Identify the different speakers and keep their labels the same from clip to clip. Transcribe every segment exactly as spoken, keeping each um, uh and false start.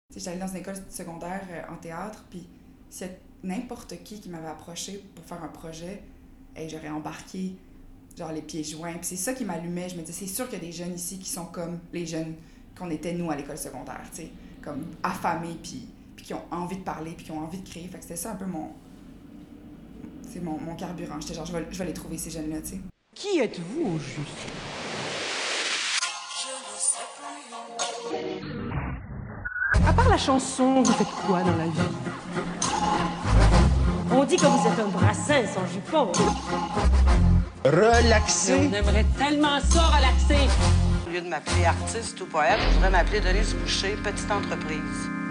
Speaker 1: J'étais allée dans une école secondaire euh, en théâtre, puis c'est n'importe qui qui m'avait approché pour faire un projet, et j'aurais embarqué genre les pieds joints. Puis c'est ça qui m'allumait. Je me disais, c'est sûr qu'il y a des jeunes ici qui sont comme les jeunes qu'on était nous à l'école secondaire, tu sais, comme affamés, puis, puis qui ont envie de parler, puis qui ont envie de créer. Fait que c'était ça un peu mon... C'est mon, mon carburant. J'étais genre, je vais, je vais les trouver, ces jeunes-là, tu sais.
Speaker 2: Qui êtes-vous au juste? À part la chanson, vous faites quoi dans la vie?
Speaker 3: On dit que vous êtes un brassin sans jupon.
Speaker 4: Relaxer.
Speaker 3: On aimerait tellement ça, relaxer.
Speaker 5: Au lieu de m'appeler artiste ou poète, je voudrais m'appeler Denise Boucher, petite entreprise.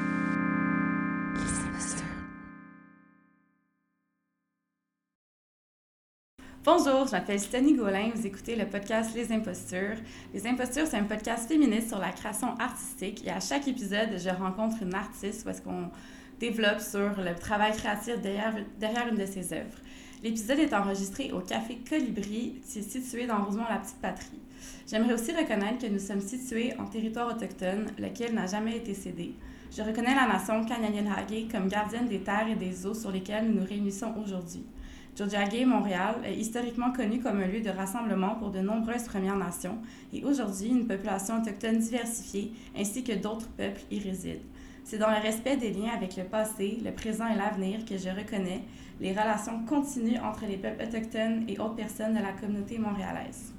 Speaker 6: Bonjour, je m'appelle Steny Gaulin, vous écoutez le podcast Les Impostures. Les Impostures, c'est un podcast féministe sur la création artistique et à chaque épisode, je rencontre une artiste où est-ce qu'on développe sur le travail créatif derrière, derrière une de ses œuvres. L'épisode est enregistré au Café Colibri, qui est situé dans Rosemont-la-Petite-Patrie. J'aimerais aussi reconnaître que nous sommes situés en territoire autochtone, lequel n'a jamais été cédé. Je reconnais la nation Kanien'kehá:ka comme gardienne des terres et des eaux sur lesquelles nous nous réunissons aujourd'hui. Tiohtià:ke, Montréal, est historiquement connu comme un lieu de rassemblement pour de nombreuses Premières Nations et aujourd'hui une population autochtone diversifiée ainsi que d'autres peuples y résident. C'est dans le respect des liens avec le passé, le présent et l'avenir que je reconnais les relations continues entre les peuples autochtones et autres personnes de la communauté montréalaise.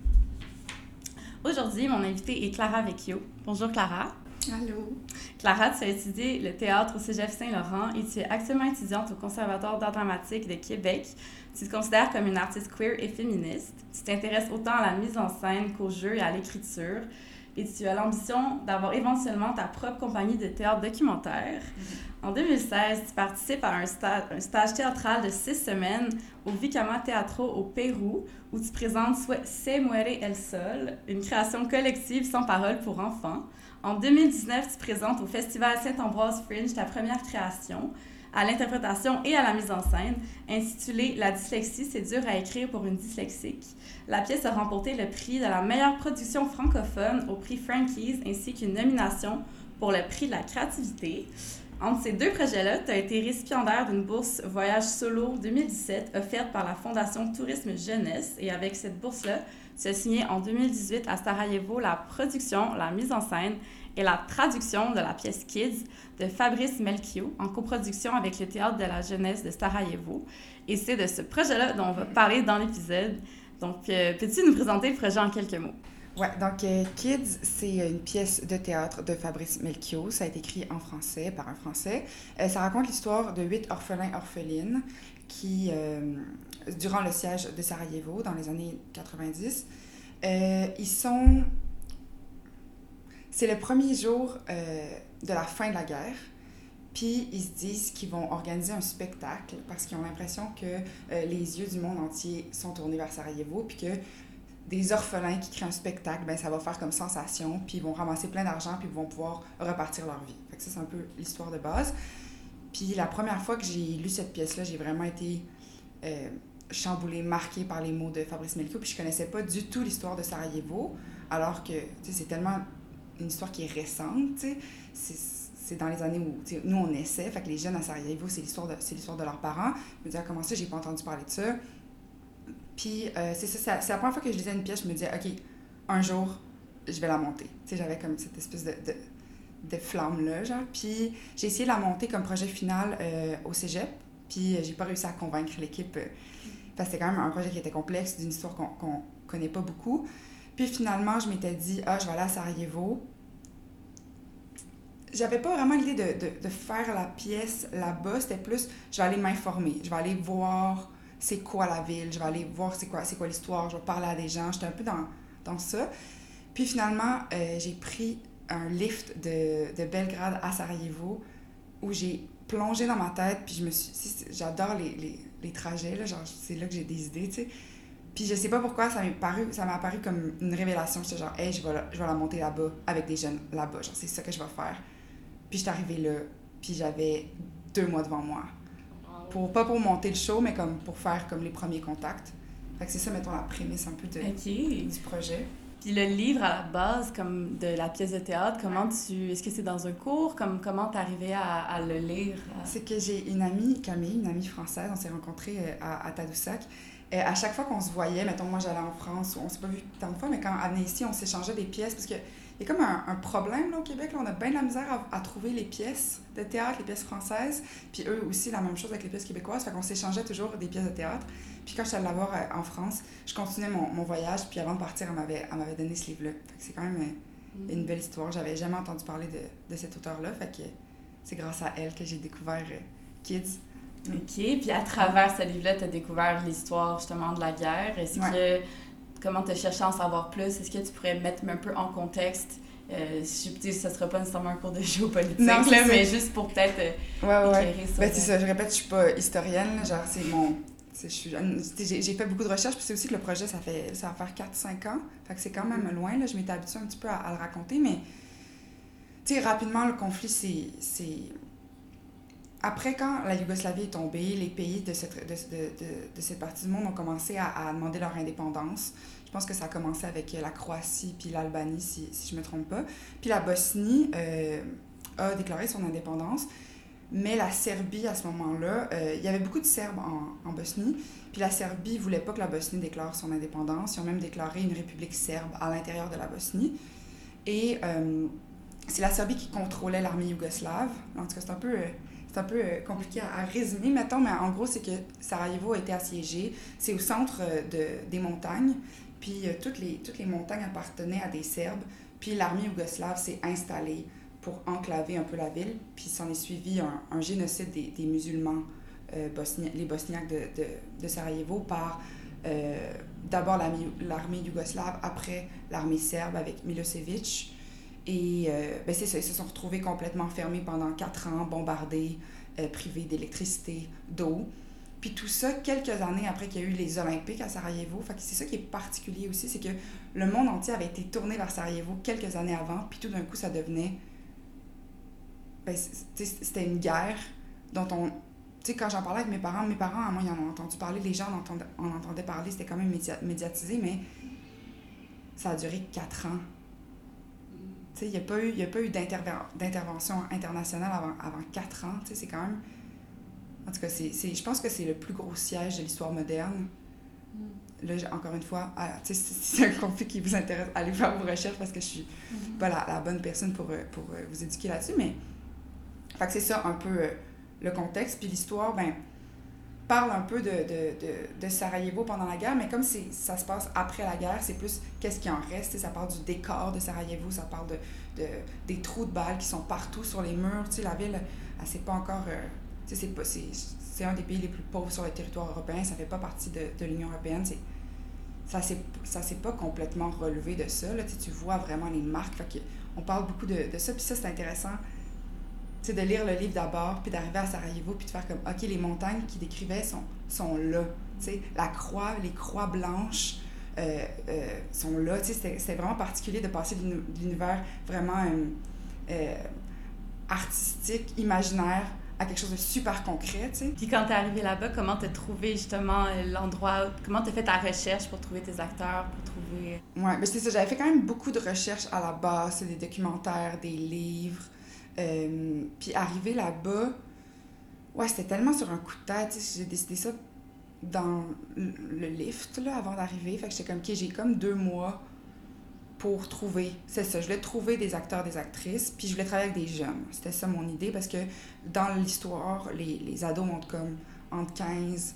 Speaker 6: Aujourd'hui, mon invitée est Clara Vecchio. Bonjour Clara.
Speaker 1: Allô.
Speaker 6: Clara, tu as étudié le théâtre au Cégep Saint-Laurent et tu es actuellement étudiante au Conservatoire d'art dramatique de Québec. Tu te considères comme une artiste queer et féministe. Tu t'intéresses autant à la mise en scène qu'au jeu et à l'écriture. Et tu as l'ambition d'avoir éventuellement ta propre compagnie de théâtre documentaire. Mm-hmm. En deux mille seize, tu participes à un, sta- un stage théâtral de six semaines au Vicama Teatro au Pérou, où tu présentes Se muere el sol, une création collective sans parole pour enfants. En deux mille dix-neuf, tu présentes au Festival Saint-Ambroise Fringe ta première création, à l'interprétation et à la mise en scène, intitulée « La dyslexie, c'est dur à écrire pour une dyslexique ». La pièce a remporté le prix de la meilleure production francophone au prix Frankies, ainsi qu'une nomination pour le prix de la créativité. Entre ces deux projets-là, tu as été récipiendaire d'une bourse Voyage Solo deux mille dix-sept offerte par la Fondation Tourisme Jeunesse. Et avec cette bourse-là, tu as signé en deux mille dix-huit à Sarajevo la production, la mise en scène et la traduction de la pièce Kids de Fabrice Melchior en coproduction avec le Théâtre de la Jeunesse de Sarajevo. Et c'est de ce projet-là dont on va parler dans l'épisode. Donc, euh, peux-tu nous présenter le projet en quelques mots?
Speaker 1: Ouais, donc euh, Kids, c'est une pièce de théâtre de Fabrice Melchior. Ça a été écrit en français, par un Français. Euh, ça raconte l'histoire de huit orphelins-orphelines qui, euh, durant le siège de Sarajevo, dans les années quatre-vingt-dix, euh, ils sont... C'est le premier jour euh, de la fin de la guerre. Puis ils se disent qu'ils vont organiser un spectacle parce qu'ils ont l'impression que euh, les yeux du monde entier sont tournés vers Sarajevo, puis que des orphelins qui créent un spectacle, ben ça va faire comme sensation, puis ils vont ramasser plein d'argent, puis ils vont pouvoir repartir leur vie. Fait que ça, c'est un peu l'histoire de base. Puis la première fois que j'ai lu cette pièce-là, j'ai vraiment été euh, chamboulée, marquée par les mots de Fabrice Melchior, puis je connaissais pas du tout l'histoire de Sarajevo, alors que c'est tellement une histoire qui est récente, tu sais. C'est, c'est dans les années où nous, on essaie, fait que les jeunes à Sarajevo, c'est l'histoire de, c'est l'histoire de leurs parents. Je me disais, comment ça, j'ai pas entendu parler de ça? Puis euh, c'est ça, c'est, c'est la première fois que je lisais une pièce, je me disais, OK, un jour, je vais la monter. Tu sais, j'avais comme cette espèce de, de, de flamme-là, genre. Puis j'ai essayé de la monter comme projet final euh, au cégep, puis euh, j'ai pas réussi à convaincre l'équipe, euh, parce que c'était quand même un projet qui était complexe, d'une histoire qu'on, qu'on connaît pas beaucoup. Puis finalement, je m'étais dit, ah, je vais aller à Sarajevo. J'avais pas vraiment l'idée de, de, de faire la pièce là-bas, c'était plus, je vais aller m'informer, je vais aller voir c'est quoi la ville, je vais aller voir c'est quoi, c'est quoi l'histoire, je vais parler à des gens, j'étais un peu dans, dans ça. Puis finalement, euh, j'ai pris un lift de, de Belgrade à Sarajevo où j'ai plongé dans ma tête, puis je me suis... J'adore les, les, les trajets, là, genre c'est là que j'ai des idées, tu sais. Puis je sais pas pourquoi, ça m'a paru, ça m'a apparu comme une révélation, j'étais genre, hey, je vais, la, je vais la monter là-bas, avec des jeunes là-bas, genre c'est ça que je vais faire. Puis j'étais arrivée là, puis j'avais deux mois devant moi. Pour, pas pour monter le show, mais comme pour faire comme les premiers contacts. Fait que c'est ça, mettons, la prémisse un peu de,
Speaker 6: okay.
Speaker 1: du projet.
Speaker 6: Puis le livre, à la base, comme de la pièce de théâtre, comment tu... Est-ce que c'est dans un cours? Comme, comment t'es arrivée à, à le lire?
Speaker 1: C'est que j'ai une amie, Camille, une amie française, on s'est rencontrés à, à Tadoussac. Et à chaque fois qu'on se voyait, mettons, moi j'allais en France, on s'est pas vu tant de fois, mais quand elle venait ici, on s'échangeait des pièces, parce que il y a comme un, un problème là, au Québec, là, on a bien de la misère à, à trouver les pièces de théâtre, les pièces françaises, puis eux aussi, la même chose avec les pièces québécoises, fait qu'on s'échangeait toujours des pièces de théâtre. Puis quand je suis allée la voir euh, en France, je continuais mon, mon voyage, puis avant de partir, elle m'avait, elle m'avait donné ce livre-là. Fait que c'est quand même euh, une belle histoire. J'avais jamais entendu parler de, de cet auteur-là, fait que c'est grâce à elle que j'ai découvert euh, Kids.
Speaker 6: OK. Puis à travers ce livre-là, tu as découvert l'histoire justement de la guerre. Est-ce ouais. que... Comment tu as cherché à en savoir plus? Est-ce que tu pourrais mettre un peu en contexte? Euh, je dis, ça ne sera pas nécessairement un cours de géopolitique, non, là, mais juste pour peut-être euh,
Speaker 1: ouais, ouais.
Speaker 6: éclairer ça.
Speaker 1: Ben, c'est ça, je répète, je suis pas historienne. Là, genre, c'est mon... C'est, je suis, j'ai, j'ai fait beaucoup de recherches, puis c'est aussi que le projet, ça, fait, ça va faire quatre cinq ans. Fait que c'est quand même mm-hmm. loin. Là, je m'étais habituée un petit peu à, à le raconter, mais... Tu sais, rapidement, le conflit, c'est... c'est... Après, quand la Yougoslavie est tombée, les pays de cette, de, de, de, de cette partie du monde ont commencé à, à demander leur indépendance. Je pense que ça a commencé avec la Croatie puis l'Albanie, si, si je ne me trompe pas. Puis la Bosnie euh, a déclaré son indépendance, mais la Serbie, à ce moment-là, euh, il y avait beaucoup de Serbes en, en Bosnie, puis la Serbie ne voulait pas que la Bosnie déclare son indépendance. Ils ont même déclaré une république serbe à l'intérieur de la Bosnie. Et euh, c'est la Serbie qui contrôlait l'armée yougoslave. En tout cas, c'est un peu... Euh, C'est un peu compliqué à résumer, mettons, mais en gros, c'est que Sarajevo a été assiégé. C'est au centre de, des montagnes, puis euh, toutes, les, toutes les montagnes appartenaient à des Serbes, puis l'armée yougoslave s'est installée pour enclaver un peu la ville, puis s'en est suivi un, un génocide des, des musulmans, euh, bosni- les bosniaques de, de, de Sarajevo, par euh, d'abord l'armée, l'armée yougoslave, après l'armée serbe avec Milosevic. Et euh, ben c'est ça, ils se sont retrouvés complètement fermés pendant quatre ans, bombardés, euh, privés d'électricité, d'eau. Puis tout ça, quelques années après qu'il y a eu les Olympiques à Sarajevo. Fait que c'est ça qui est particulier aussi, c'est que le monde entier avait été tourné vers Sarajevo quelques années avant, puis tout d'un coup, ça devenait... Ben, c'était une guerre dont on... Tu sais, quand j'en parlais avec mes parents, mes parents, moi, ils en ont entendu parler, les gens en entendaient, en entendaient parler, c'était quand même média- médiatisé, mais ça a duré quatre ans. Il n'y a pas eu, y a pas eu d'interven- d'intervention internationale avant, avant quatre ans. C'est quand même... En tout cas, c'est, c'est, je pense que c'est le plus gros siège de l'histoire moderne. Mm. Là, encore une fois, ah, si c'est un conflit qui vous intéresse, allez faire vos recherches parce que je suis mm-hmm. pas la, la bonne personne pour, pour vous éduquer là-dessus. Mais fait que c'est ça un peu euh, le contexte. Puis l'histoire, ben parle un peu de, de, de, de Sarajevo pendant la guerre, mais comme c'est, ça se passe après la guerre, c'est plus qu'est-ce qui en reste. Ça parle du décor de Sarajevo, ça parle de, de, des trous de balles qui sont partout sur les murs. T'sais, la ville, elle s'est pas encore... Euh, c'est, pas, c'est, c'est un des pays les plus pauvres sur le territoire européen, ça fait pas partie de, de l'Union européenne. C'est, ça s'est, ça s'est pas complètement relevé de ça. Là, tu vois vraiment les marques. Fait que, on parle beaucoup de, de ça, puis ça, c'est intéressant. C'est de lire le livre d'abord, puis d'arriver à Sarajevo, puis de faire comme, OK, les montagnes qu'il décrivait sont, sont là. T'sais, la croix, les croix blanches euh, euh, sont là. C'était, c'était vraiment particulier de passer de l'univers vraiment euh, euh, artistique, imaginaire, à quelque chose de super concret. T'sais.
Speaker 6: Puis quand t'es arrivée là-bas, comment t'as trouvé justement l'endroit, comment t'as fait ta recherche pour trouver tes acteurs, pour trouver...
Speaker 1: Ouais, mais c'est ça, j'avais fait quand même beaucoup de recherches à la base, c'est des documentaires, des livres. Euh, puis arriver là-bas, ouais, c'était tellement sur un coup de tête, j'ai décidé ça dans le lift, là, avant d'arriver, fait que j'étais comme, OK, j'ai comme deux mois pour trouver, c'est ça, je voulais trouver des acteurs, des actrices, puis je voulais travailler avec des jeunes, c'était ça mon idée, parce que dans l'histoire, les, les ados ont comme entre quinze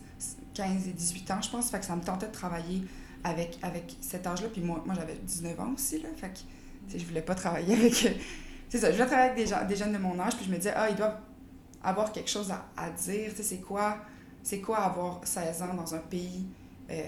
Speaker 1: et dix-huit ans, je pense, fait que ça me tentait de travailler avec, avec cet âge-là, puis moi, moi j'avais dix-neuf ans aussi, là, fait que, tu sais, je voulais pas travailler avec... C'est ça, je voulais travailler avec des, gens, des jeunes de mon âge, puis je me disais, ah, ils doivent avoir quelque chose à, à dire. Tu sais, c'est quoi, c'est quoi avoir seize ans dans un pays euh,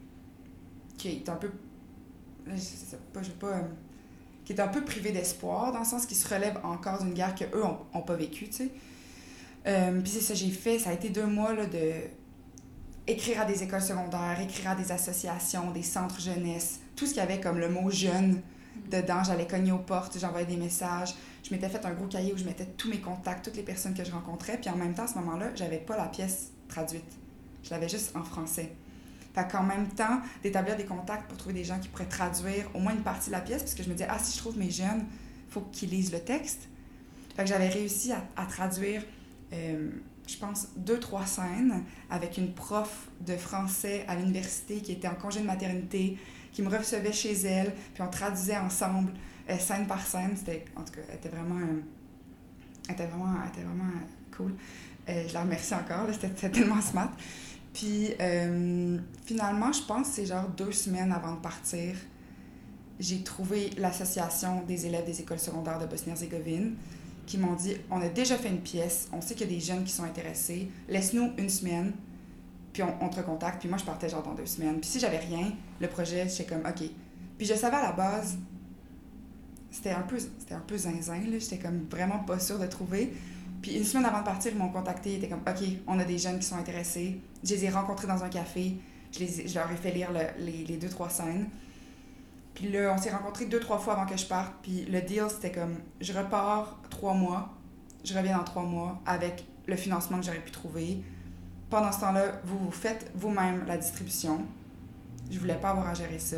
Speaker 1: qui est un peu. Je sais pas, je sais pas. Euh, qui est un peu privé d'espoir, dans le sens qu'ils se relèvent encore d'une guerre qu'eux n'ont pas vécue, tu sais. Euh, puis c'est ça, j'ai fait, ça a été deux mois là, de écrire à des écoles secondaires, écrire à des associations, des centres jeunesse, tout ce qu'il y avait comme le mot jeune. Dedans, j'allais cogner aux portes, j'envoyais des messages. Je m'étais fait un gros cahier où je mettais tous mes contacts, toutes les personnes que je rencontrais. Puis en même temps, à ce moment-là, j'avais pas la pièce traduite. Je l'avais juste en français. Fait qu'en même temps, d'établir des contacts pour trouver des gens qui pourraient traduire au moins une partie de la pièce, parce que je me disais, ah, si je trouve mes jeunes, il faut qu'ils lisent le texte. Fait que j'avais réussi à, à traduire, euh, je pense, deux, trois scènes avec une prof de français à l'université qui était en congé de maternité, qui me recevait chez elle, puis on traduisait ensemble, euh, scène par scène. C'était, en tout cas, elle était vraiment, euh, elle était vraiment, elle était vraiment cool. Euh, je la remercie encore, là, c'était, c'était tellement smart. Puis euh, finalement, je pense que c'est genre deux semaines avant de partir, j'ai trouvé l'association des élèves des écoles secondaires de Bosnie-Herzégovine qui m'ont dit, on a déjà fait une pièce, on sait qu'il y a des jeunes qui sont intéressés, laisse-nous une semaine, puis on, on te recontacte. Puis moi, je partais genre dans deux semaines. Puis si j'avais rien, le projet, j'étais comme, OK. Puis je savais à la base, c'était un peu, c'était un peu zinzin, là, j'étais comme vraiment pas sûre de trouver. Puis une semaine avant de partir, ils m'ont contacté, ils étaient comme, OK, on a des jeunes qui sont intéressés. Je les ai rencontrés dans un café, je, les, je leur ai fait lire le, les, les deux, trois scènes. Puis là, on s'est rencontrés deux, trois fois avant que je parte. Puis le deal, c'était comme, je repars trois mois, je reviens dans trois mois avec le financement que j'aurais pu trouver. Pendant ce temps-là, vous, vous faites vous-même la distribution. Je voulais pas avoir à gérer ça.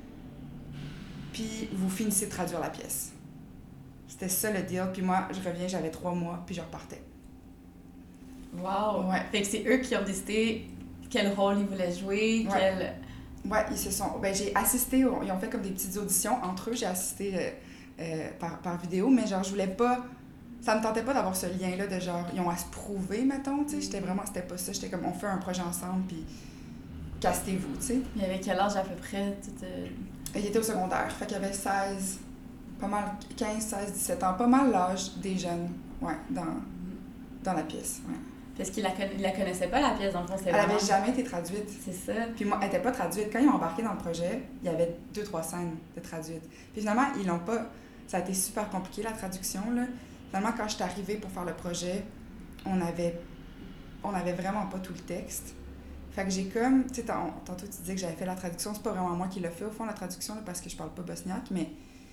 Speaker 1: Puis vous finissez de traduire la pièce. C'était ça le deal. Puis moi, je reviens, j'avais trois mois, puis je repartais.
Speaker 6: Wow!
Speaker 1: Ouais.
Speaker 6: Fait que c'est eux qui ont décidé quel rôle ils voulaient jouer,
Speaker 1: Ouais.
Speaker 6: quel...
Speaker 1: Ouais, ils se sont... Ben, j'ai assisté, ils ont fait comme des petites auditions entre eux, j'ai assisté euh, euh, par, par vidéo, mais genre, je voulais pas... Ça me tentait pas d'avoir ce lien-là de genre, ils ont à se prouver, mettons, tu sais, j'étais vraiment... C'était pas ça, j'étais comme, on fait un projet ensemble, puis castez-vous, tu sais.
Speaker 6: Il y avait quel âge à peu près? Tout, euh...
Speaker 1: Il était au secondaire, fait qu'il y avait seize, pas mal, quinze, seize, dix-sept ans, pas mal l'âge des jeunes, ouais, dans, dans la pièce, ouais.
Speaker 6: Parce qu'ils la, conna... la connaissaient pas, la pièce, dans le fond, c'est
Speaker 1: Elle
Speaker 6: vraiment...
Speaker 1: avait jamais été traduite.
Speaker 6: C'est ça.
Speaker 1: Puis moi, elle était pas traduite. Quand ils ont embarqué dans le projet, il y avait deux, trois scènes de traduites. Puis finalement, ils l'ont pas... Ça a été super compliqué, la traduction, là. Finalement, quand je suis arrivée pour faire le projet, on avait... On avait vraiment pas tout le texte. Fait que j'ai comme... Tu sais, tantôt, tu disais que j'avais fait la traduction. C'est pas vraiment moi qui l'ai fait, au fond, la traduction, là, parce que je parle pas bosniaque, mais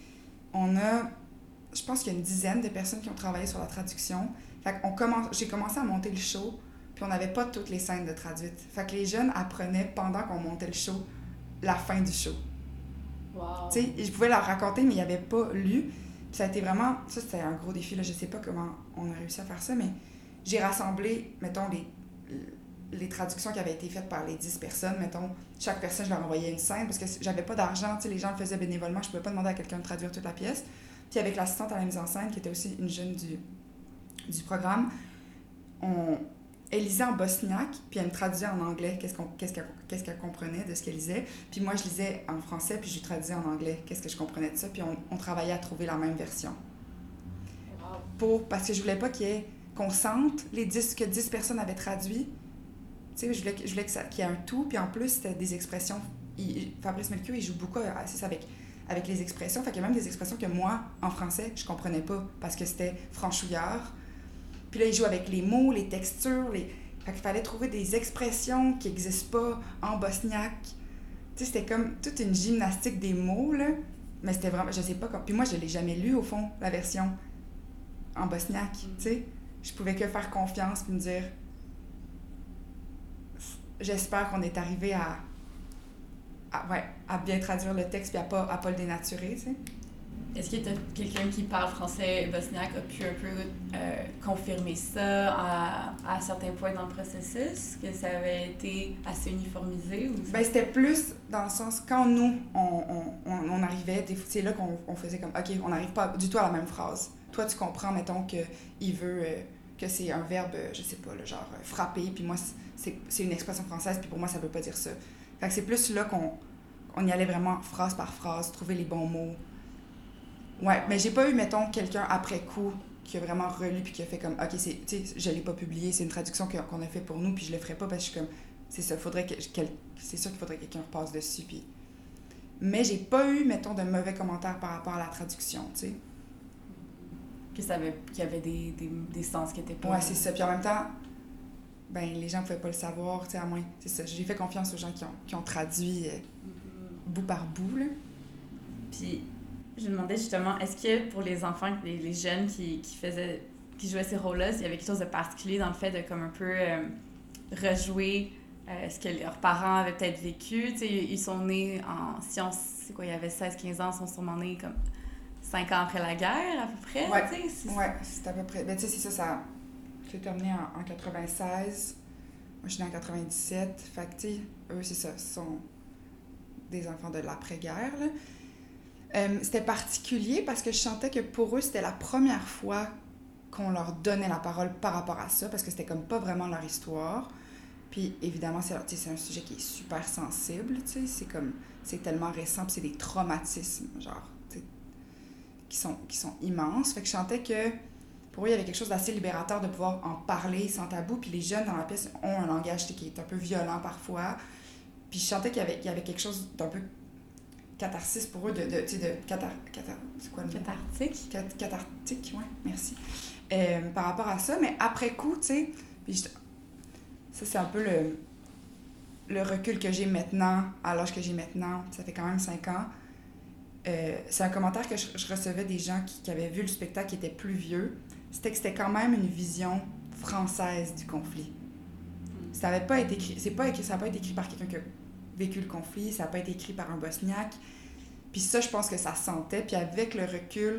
Speaker 1: on a... Je pense qu'il y a une dizaine de personnes qui ont travaillé sur la traduction. Fait qu'on commence... J'ai commencé à monter le show, puis on n'avait pas toutes les scènes de traduite. Fait que les jeunes apprenaient, pendant qu'on montait le show, la fin du show.
Speaker 6: Wow.
Speaker 1: Tu sais, je pouvais leur raconter, mais ils n'avaient pas lu. Puis ça a été vraiment... Ça, c'était un gros défi, là. Je sais pas comment on a réussi à faire ça, mais j'ai rassemblé, mettons, les, les traductions qui avaient été faites par les dix personnes. Mettons, chaque personne, je leur envoyais une scène, parce que j'avais pas d'argent, tu sais, les gens le faisaient bénévolement. Je pouvais pas demander à quelqu'un de traduire toute la pièce. Puis avec l'assistante à la mise en scène, qui était aussi une jeune du, du programme, on... Elle lisait en bosniaque, puis elle me traduisait en anglais qu'est-ce, qu'on, qu'est-ce, qu'elle, qu'est-ce qu'elle comprenait de ce qu'elle lisait. Puis moi, je lisais en français, puis je lui traduisais en anglais qu'est-ce que je comprenais de ça. Puis on, on travaillait à trouver la même version.
Speaker 6: Wow.
Speaker 1: Pour, parce que je voulais pas qu'il y ait, qu'on sente les dix, que dix personnes avaient traduit. Tu sais, je voulais, je voulais que ça, qu'il y ait un tout. Puis en plus, c'était des expressions. Il, Fabrice Melchior, il joue beaucoup c'est ça, avec, avec les expressions. Fait qu'il y a même des expressions que moi, en français, je comprenais pas, parce que c'était franchouillard. Puis là, il joue avec les mots, les textures, les... Fait qu'il fallait trouver des expressions qui n'existent pas en bosniaque. Tu sais, c'était comme toute une gymnastique des mots, là. Mais c'était vraiment... Je sais pas comment... Puis moi, je l'ai jamais lu, au fond, la version en bosniaque, tu sais. Je pouvais que faire confiance puis me dire... J'espère qu'on est arrivé à... à... Ouais, à bien traduire le texte puis à pas, à pas le dénaturer, tu sais.
Speaker 6: Est-ce que quelqu'un qui parle français et bosniaque a pu un peu euh, confirmer ça à, à certains points dans le processus? Que ça avait été assez uniformisé? Ou
Speaker 1: ben, c'était plus dans le sens, quand nous, on, on, on, on arrivait, c'est là qu'on on faisait comme, OK, on n'arrive pas du tout à la même phrase. Toi, tu comprends, mettons, qu'il veut, euh, que c'est un verbe, je sais pas, le genre euh, frapper, puis moi, c'est, c'est une expression française, puis pour moi, ça veut pas dire ça. Fait que c'est plus là qu'on on y allait vraiment phrase par phrase, trouver les bons mots. Ouais, mais j'ai pas eu, mettons, quelqu'un après coup qui a vraiment relu puis qui a fait comme, OK, c'est, tu sais, je l'ai pas publié, c'est une traduction que, qu'on a fait pour nous, puis je le ferai pas parce que je suis comme, c'est ça, faudrait que, quel, c'est sûr qu'il faudrait que quelqu'un repasse dessus, puis... Mais j'ai pas eu, mettons, de mauvais commentaires par rapport à la traduction, tu sais.
Speaker 6: Que ça avait, qu'il y avait des, des, des sens qui étaient pas...
Speaker 1: Ouais, c'est ça, puis en même temps, ben, les gens pouvaient pas le savoir, tu sais, à moins... C'est ça, j'ai fait confiance aux gens qui ont, qui ont traduit euh, mm-hmm. bout par bout, là.
Speaker 6: Puis... Je me demandais justement, est-ce que pour les enfants, les, les jeunes qui, qui faisaient, qui jouaient ces rôles-là, il y avait quelque chose de particulier dans le fait de comme un peu euh, rejouer euh, ce que leurs parents avaient peut-être vécu. Tu sais, ils sont nés en... Si on... C'est quoi, il y avait seize quinze ans, ils sont sûrement nés comme cinq ans après la guerre, à peu près.
Speaker 1: Ouais,
Speaker 6: tu sais, c'est...
Speaker 1: ouais, c'est à peu près... Ben, tu sais, c'est ça, ça... J'ai terminé en, en quatre-vingt-seize. Moi, je suis née en quatre-vingt-dix-sept. Fait que, tu sais, eux, c'est ça, ce sont des enfants de l'après-guerre, là. Euh, c'était particulier parce que je sentais que pour eux, c'était la première fois qu'on leur donnait la parole par rapport à ça, parce que c'était comme pas vraiment leur histoire. Puis évidemment, c'est, c'est un sujet qui est super sensible, tu sais, c'est comme, c'est tellement récent, puis c'est des traumatismes, genre, tu sais, qui sont, qui sont immenses. Fait que je sentais que pour eux, il y avait quelque chose d'assez libérateur de pouvoir en parler sans tabou, puis les jeunes dans la pièce ont un langage qui est un peu violent parfois. Puis je sentais qu'il y avait, qu'il y avait quelque chose d'un peu catharsis pour eux, de, de, tu sais, de cathar, cathar, c'est quoi le mot?
Speaker 6: Cathartique.
Speaker 1: Cat, cathartique, oui, merci. Euh, par rapport à ça, mais après coup, tu sais, puis je, ça c'est un peu le, le recul que j'ai maintenant, à l'âge que j'ai maintenant, ça fait quand même cinq ans. Euh, c'est un commentaire que je, je recevais des gens qui, qui avaient vu le spectacle, qui étaient plus vieux. C'était que c'était quand même une vision française du conflit. Ça n'avait pas été écrit, c'est pas écrit, ça n'a pas été écrit par quelqu'un qui a vécu le conflit, ça n'a pas été écrit par un Bosniaque. Puis ça, je pense que ça sentait. Puis avec le recul,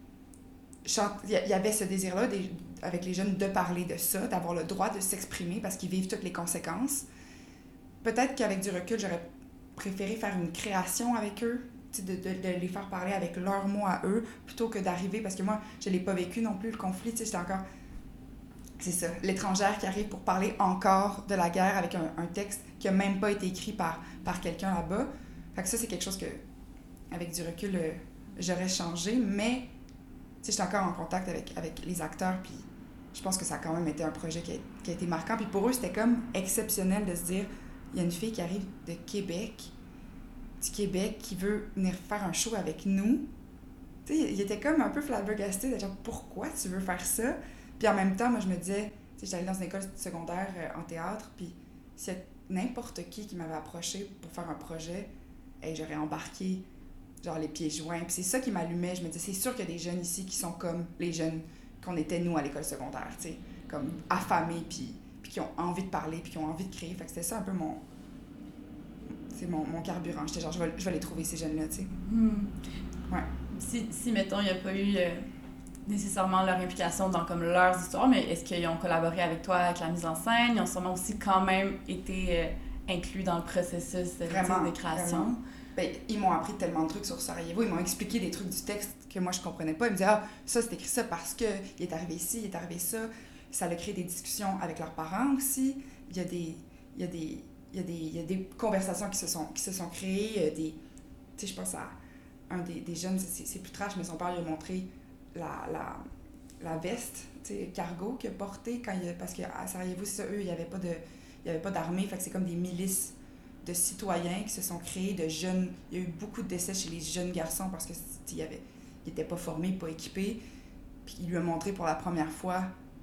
Speaker 1: il y avait ce désir-là des, avec les jeunes de parler de ça, d'avoir le droit de s'exprimer parce qu'ils vivent toutes les conséquences. Peut-être qu'avec du recul, j'aurais préféré faire une création avec eux, de, de, de les faire parler avec leurs mots à eux, plutôt que d'arriver, parce que moi, je ne l'ai pas vécu non plus, le conflit, tu sais, j'étais encore... C'est ça, l'étrangère qui arrive pour parler encore de la guerre avec un, un texte qui n'a même pas été écrit par, par quelqu'un là-bas. Fait que ça, c'est quelque chose que, avec du recul, euh, j'aurais changé, mais tu sais, j'étais encore en contact avec, avec les acteurs, puis je pense que ça a quand même été un projet qui a, qui a été marquant. Puis pour eux, c'était comme exceptionnel de se dire, il y a une fille qui arrive de Québec, du Québec, qui veut venir faire un show avec nous. Tu sais, il était comme un peu flabbergasté, de dire, pourquoi tu veux faire ça? Puis en même temps, moi, je me disais, tu sais, j'allais dans une école secondaire euh, en théâtre, puis s'il y a n'importe qui qui m'avait approché pour faire un projet, hey, j'aurais embarqué, genre, les pieds joints. Puis c'est ça qui m'allumait. Je me disais, c'est sûr qu'il y a des jeunes ici qui sont comme les jeunes qu'on était, nous, à l'école secondaire, tu sais, comme affamés, puis, puis qui ont envie de parler, puis qui ont envie de créer. Fait que c'était ça un peu mon... C'est mon, mon carburant. J'étais genre, je vais, je vais les trouver, ces jeunes-là, tu sais.
Speaker 6: Hmm.
Speaker 1: Ouais.
Speaker 6: Si, si, mettons, il n'y a pas eu... Euh... nécessairement leur implication dans comme leurs histoires, mais est-ce qu'ils ont collaboré avec toi avec la mise en scène? Ils ont sûrement aussi quand même été euh, inclus dans le processus de,
Speaker 1: vraiment,
Speaker 6: de création.
Speaker 1: Vraiment. Ben, ils m'ont appris tellement de trucs sur Sarajevo, ils m'ont expliqué des trucs du texte que moi je comprenais pas. Ils me disaient, ah, ça c'est écrit ça parce que il est arrivé ici, il est arrivé ça. Ça a créé des discussions avec leurs parents aussi. Il y a des, il y a des, il y a des, il y a des conversations qui se sont, qui se sont créées. Des, tu sais, je pense à un des, des jeunes, c'est, c'est plus trash, mais son père lui a montré La, la, la veste, tu sais, cargo qu'il a portée quand il a, parce qu'à Sarajevo, c'est ça, eux, il n'y avait pas de, il y avait pas d'armée, fait que c'est comme des milices de citoyens qui se sont créés, de jeunes, il y a eu beaucoup de décès chez les jeunes garçons parce que il y avait, ils n'étaient pas formés, pas équipés, puis il lui a montré pour la première fois,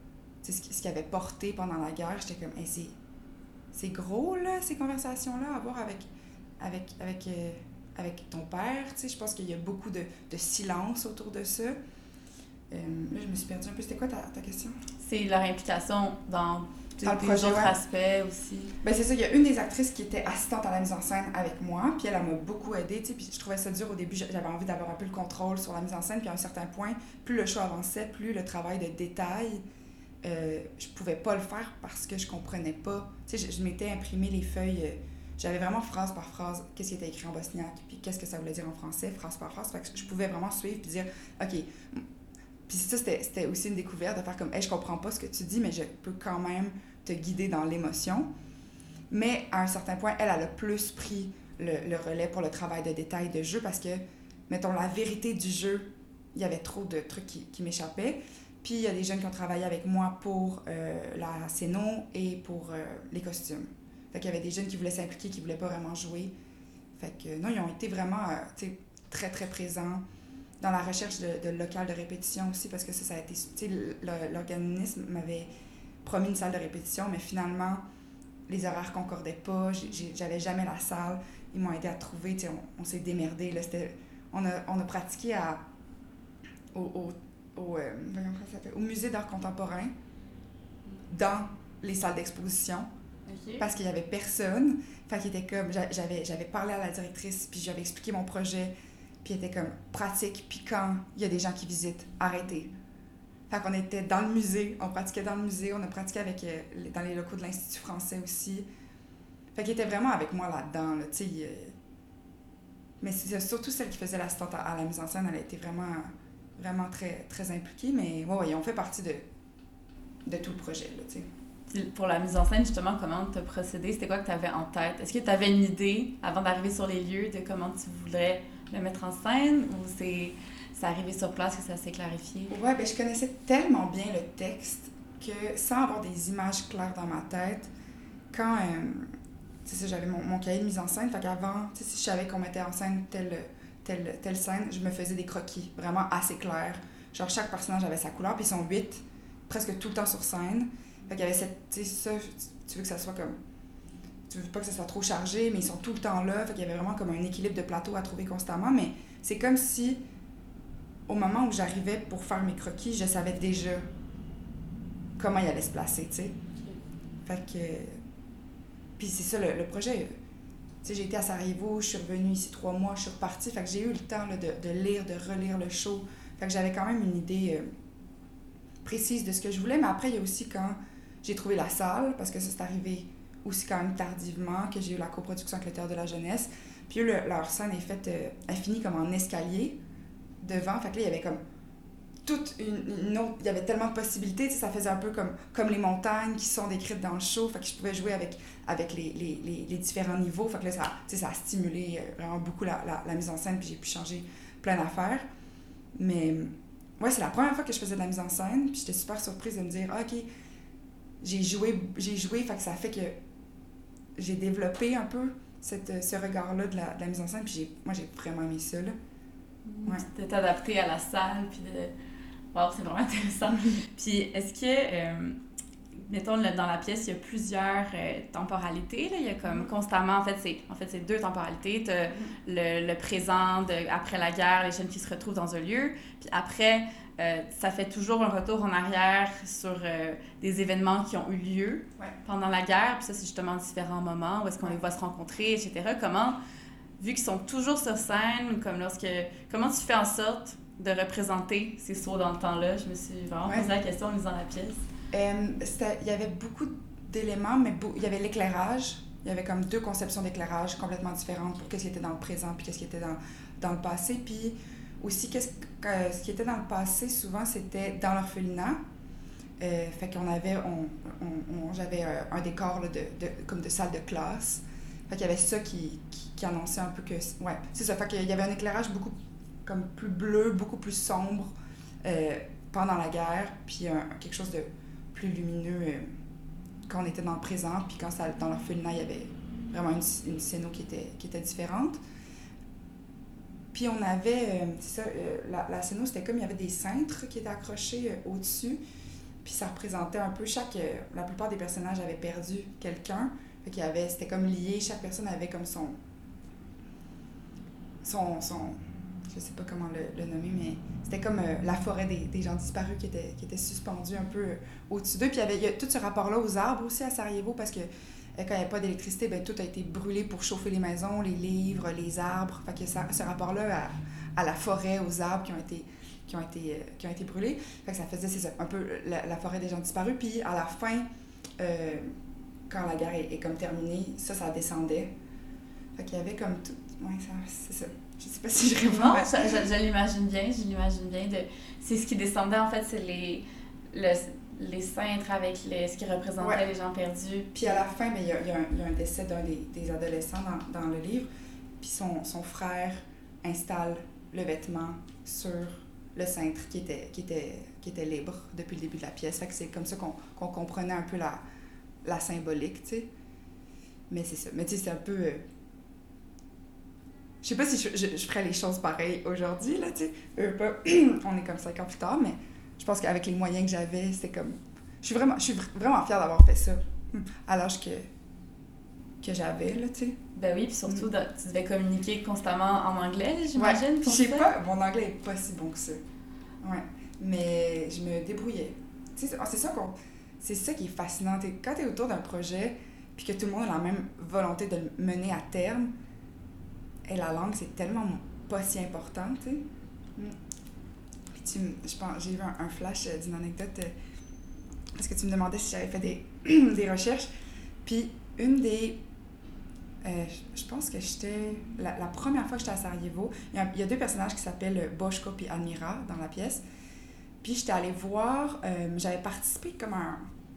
Speaker 1: tu sais, ce, ce qu'il avait porté pendant la guerre. J'étais comme, hey, c'est, c'est gros, là, ces conversations-là, à avoir avec, avec, avec, euh, avec ton père, tu sais, je pense qu'il y a beaucoup de, de silence autour de ça. Euh, là, je me suis perdue un peu. C'était quoi ta, ta question?
Speaker 6: C'est leur implication dans,
Speaker 1: dans le
Speaker 6: des
Speaker 1: projet,
Speaker 6: autres
Speaker 1: ouais.
Speaker 6: aspects aussi.
Speaker 1: Ben, c'est ça, il y a une des actrices qui était assistante à la mise en scène avec moi, puis elle, elle m'a beaucoup aidée, tu sais, puis je trouvais ça dur au début, j'avais envie d'avoir un peu le contrôle sur la mise en scène, puis à un certain point, plus le show avançait, plus le travail de détail, euh, je pouvais pas le faire parce que je comprenais pas. Tu sais, je, je m'étais imprimé les feuilles, euh, j'avais vraiment phrase par phrase qu'est-ce qui était écrit en bosniaque, puis qu'est-ce que ça voulait dire en français, phrase par phrase, fait que je pouvais vraiment suivre puis dire, OK. Puis ça, c'était, c'était aussi une découverte de faire comme, hey, je comprends pas ce que tu dis, mais je peux quand même te guider dans l'émotion. Mais à un certain point, elle, elle a plus pris le, le relais pour le travail de détail de jeu parce que, mettons, la vérité du jeu, il y avait trop de trucs qui, qui m'échappaient. Puis il y a des jeunes qui ont travaillé avec moi pour euh, la scéno et pour euh, les costumes. Fait qu'il y avait des jeunes qui voulaient s'impliquer, qui voulaient pas vraiment jouer. Fait que non, ils ont été vraiment, euh, tu sais, très, très présents dans la recherche de, de local de répétition aussi, parce que ça, ça a été... Tu sais, l'organisme m'avait promis une salle de répétition, mais finalement, les horaires concordaient pas, j'ai, j'avais jamais la salle. Ils m'ont aidé à trouver, tu sais, on, on s'est démerdé, là, c'était... On a, on a pratiqué à... au... au, au, euh, comment ça s'appelle? Au musée d'art contemporain, dans les salles d'exposition.
Speaker 6: Okay.
Speaker 1: Parce qu'il y avait personne. Fait qu'il était comme... J'avais, j'avais parlé à la directrice, puis j'avais expliqué mon projet. Puis il était comme pratique, puis quand il y a des gens qui visitent, arrêtez. Fait qu'on était dans le musée, on pratiquait dans le musée, on a pratiqué avec, euh, dans les locaux de l'Institut français aussi. Fait qu'il était vraiment avec moi là-dedans, là, tu sais. Euh... Mais c'est surtout celle qui faisait l'assistante à, à la mise en scène, elle a été vraiment, vraiment très, très impliquée. Mais ouais, ouais, on fait partie de, de tout le projet, là, tu sais.
Speaker 6: Pour la mise en scène, justement, comment tu as procédé? C'était quoi que tu avais en tête? Est-ce que tu avais une idée, avant d'arriver sur les lieux, de comment tu voulais le mettre en scène? Ou c'est, c'est arrivé sur place que ça s'est clarifié?
Speaker 1: Ouais, ben je connaissais tellement bien le texte que, sans avoir des images claires dans ma tête, quand... Euh, c'est ça, j'avais mon, mon cahier de mise en scène, fait qu'avant, tu sais, si je savais qu'on mettait en scène telle, telle, telle scène, je me faisais des croquis, vraiment assez clairs. Genre, chaque personnage avait sa couleur, puis ils sont huit, presque tout le temps sur scène. Fait qu'il y avait cette, tu sais, ça, tu veux que ça soit comme... Tu veux pas que ça soit trop chargé, mais ils sont tout le temps là, fait qu'il y avait vraiment comme un équilibre de plateau à trouver constamment, mais c'est comme si, au moment où j'arrivais pour faire mes croquis, je savais déjà comment il allait se placer, tu sais. Fait que... Puis c'est ça, le, le projet, tu sais, j'ai été à Sarajevo, je suis revenue ici trois mois, je suis repartie, fait que j'ai eu le temps là, de, de lire, de relire le show. Fait que j'avais quand même une idée euh, précise de ce que je voulais, mais après, il y a aussi quand j'ai trouvé la salle, parce que ça, c'est arrivé aussi quand même tardivement, que j'ai eu la coproduction avec le Théâtre de la Jeunesse. Puis eux, le, leur scène est faite, euh, elle finit comme en escalier, devant, fait que là, il y avait comme toute une, une autre... Il y avait tellement de possibilités, tu sais, ça faisait un peu comme, comme les montagnes qui sont décrites dans le show, fait que je pouvais jouer avec, avec les, les, les, les différents niveaux, fait que là, ça, tu sais, ça a stimulé vraiment beaucoup la, la, la mise en scène, puis j'ai pu changer plein d'affaires. Mais, ouais, c'est la première fois que je faisais de la mise en scène, puis j'étais super surprise de me dire, ah, OK, j'ai joué, j'ai joué, fait que ça fait que j'ai développé un peu cette, ce regard-là de la, de la mise en scène, puis j'ai, moi, j'ai vraiment aimé ça, là.
Speaker 6: Ouais. Tu t'es adapté à la salle, puis de... Wow, c'est vraiment intéressant. Puis est-ce que, euh, mettons, là, dans la pièce, il y a plusieurs euh, temporalités, là? Il y a comme constamment, en fait, c'est, en fait, c'est deux temporalités. Tu as le, le présent, de, après la guerre, les jeunes qui se retrouvent dans un lieu. Puis après, euh, ça fait toujours un retour en arrière sur euh, des événements qui ont eu lieu
Speaker 1: ouais. pendant
Speaker 6: la guerre. Puis ça, c'est justement différents moments où est-ce qu'on ouais. les voit se rencontrer, et cetera. Comment, vu qu'ils sont toujours sur scène, comme lorsque... Comment tu fais en sorte de représenter ces sauts dans le temps-là? Je me suis vraiment ouais. posé la question en lisant la pièce.
Speaker 1: Euh, il y avait beaucoup d'éléments, mais beau, il y avait l'éclairage. Il y avait comme deux conceptions d'éclairage complètement différentes pour qu'est-ce qui était dans le présent puis qu'est-ce qui était dans, dans le passé. Puis aussi, qu'est-ce que, ce qui était dans le passé, souvent, c'était dans l'orphelinat. Euh, fait qu'on avait... On, on, on, j'avais un, un décor là, de, de, comme de salle de classe. Fait qu'il y avait ça qui, qui, qui annonçait un peu que... Ouais, c'est ça. Fait qu'il y avait un éclairage beaucoup comme plus bleu, beaucoup plus sombre euh, pendant la guerre, puis euh, quelque chose de plus lumineux euh, quand on était dans le présent, puis quand ça, dans l'orphelinat, il y avait vraiment une, une scéno qui était, qui était différente. Puis on avait, euh, c'est ça, euh, la, la scéno, c'était comme il y avait des cintres qui étaient accrochés euh, au-dessus, puis ça représentait un peu chaque... Euh, la plupart des personnages avaient perdu quelqu'un, fait qu'il y avait, c'était comme lié, chaque personne avait comme son... son, son je sais pas comment le, le nommer, mais c'était comme euh, la forêt des, des gens disparus qui était, qui était suspendue un peu euh, au-dessus d'eux. Puis il y avait il y a tout ce rapport-là aux arbres aussi à Sarajevo, parce que euh, quand il n'y avait pas d'électricité, ben, tout a été brûlé pour chauffer les maisons, les livres, les arbres. Fait que ça, ce rapport-là à, à la forêt, aux arbres qui ont été, qui ont été, euh, qui ont été brûlés. Fait que ça faisait, c'est ça, un peu la, la forêt des gens disparus. Puis à la fin, euh, quand la guerre est, est comme terminée, ça, ça descendait. Fait qu'il y avait comme tout... Ouais, ça, c'est ça. Je sais pas si je réponds.
Speaker 6: Non, je, je, je l'imagine bien, je l'imagine bien. De... C'est ce qui descendait, en fait, c'est les, le, les cintres avec les, ce qui représentait ouais. les gens perdus.
Speaker 1: Puis à la fin, il y, y, y a un décès d'un des, des adolescents dans, dans le livre. Puis son, son frère installe le vêtement sur le cintre qui était, qui était, qui était libre depuis le début de la pièce. Fait que c'est comme ça qu'on, qu'on comprenait un peu la, la symbolique, tu sais. Mais c'est ça. Mais tu sais, c'est un peu... Euh, je sais pas si je, je, je ferais les choses pareilles aujourd'hui, là, tu sais. Euh, on est comme cinq ans plus tard, mais je pense qu'avec les moyens que j'avais, c'était comme... Je suis vraiment, je suis vraiment fière d'avoir fait ça à l'âge que, que j'avais, là, tu sais.
Speaker 6: Ben oui, puis surtout, mm. tu devais communiquer constamment en anglais, j'imagine,
Speaker 1: ouais.
Speaker 6: pour
Speaker 1: Je sais
Speaker 6: ça.
Speaker 1: pas, mon anglais est pas si bon que ça. Ouais. Mais je me débrouillais. Tu sais, c'est ça qu'on... C'est ça qui est fascinant. T'es, quand t'es autour d'un projet... puis que tout le monde a la même volonté de le mener à terme, et la langue, c'est tellement pas si important, tu sais. Mm. Puis tu, je pense, j'ai eu un, un flash d'une anecdote, euh, parce que tu me demandais si j'avais fait des, des recherches, puis une des... Euh, je pense que j'étais... La, la première fois que j'étais à Sarajevo, il y a, il y a deux personnages qui s'appellent Boško et Admira dans la pièce. Puis j'étais allée voir... Euh, j'avais participé comme un...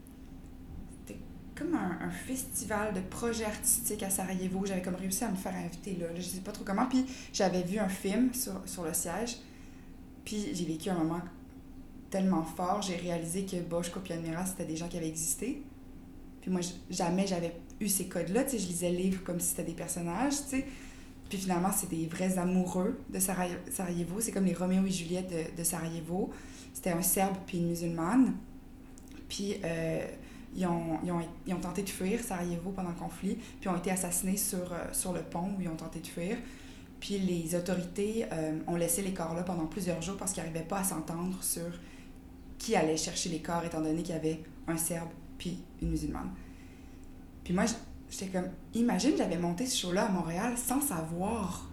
Speaker 1: C'était comme un, un festival de projets artistiques à Sarajevo. J'avais comme réussi à me faire inviter là. là je sais pas trop comment. Puis j'avais vu un film sur, sur le siège. Puis j'ai vécu un moment tellement fort. J'ai réalisé que Boško et Admira, c'était des gens qui avaient existé. Puis moi, jamais j'avais eu ces codes-là, tu sais, je lisais le livre comme si c'était des personnages, tu sais. Puis finalement, c'est des vrais amoureux de Sarajevo, c'est comme les Roméo et Juliette de, de Sarajevo. C'était un Serbe puis une musulmane. Puis euh, ils, ont, ils, ont, ils ont tenté de fuir Sarajevo pendant le conflit, puis ont été assassinés sur, euh, sur le pont où ils ont tenté de fuir. Puis les autorités euh, ont laissé les corps là pendant plusieurs jours parce qu'ils n'arrivaient pas à s'entendre sur qui allait chercher les corps, étant donné qu'il y avait un Serbe puis une musulmane. Puis moi, j'étais comme... Imagine, j'avais monté ce show-là à Montréal sans savoir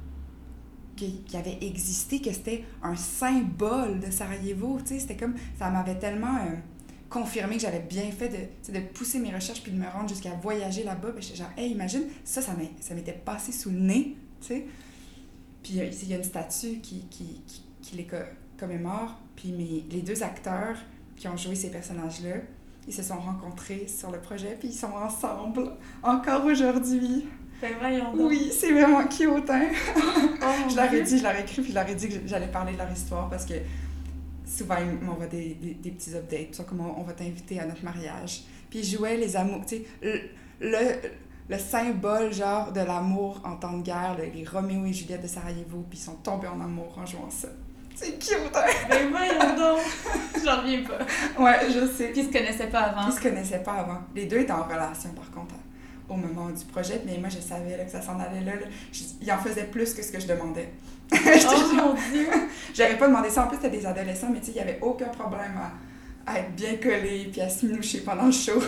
Speaker 1: qu'il avait existé, que c'était un symbole de Sarajevo, tu sais. C'était comme... Ça m'avait tellement euh, confirmé que j'avais bien fait de, de pousser mes recherches puis de me rendre jusqu'à voyager là-bas. Puis j'étais genre, hey, imagine, ça, ça, ça m'était passé sous le nez, tu sais. Puis il y a une statue qui, qui, qui, qui les commémore. Puis mes, les deux acteurs qui ont joué ces personnages-là, ils se sont rencontrés sur le projet, puis ils sont ensemble encore aujourd'hui.
Speaker 6: Ben voyons donc.
Speaker 1: Oui, c'est vraiment cute, hein?
Speaker 6: Oh,
Speaker 1: je leur ai dit, je leur ai écrit, puis je leur ai dit que j'allais parler de leur histoire, parce que souvent, ils m'envoient des, des, des petits updates, sur comment on va t'inviter à notre mariage. Puis ils jouaient les amours, tu sais, le, le, le symbole, genre, de l'amour en temps de guerre, les Roméo et Juliette de Sarajevo, puis ils sont tombés en amour en jouant ça. C'est cute, hein?
Speaker 6: Ben voyons donc! J'en reviens pas.
Speaker 1: Ouais, je sais.
Speaker 6: Puis ils se connaissaient pas avant.
Speaker 1: Ils se connaissaient pas avant. Les deux étaient en relation, par contre, au moment du projet. Mais moi, je savais là, que ça s'en allait là. là. Je, ils en faisaient plus que ce que je demandais.
Speaker 6: Oh mon Dieu!
Speaker 1: J'aurais pas demandé ça. En plus, c'était des adolescents, mais tu sais, il y avait aucun problème à, à être bien collés puis à se minoucher pendant le show.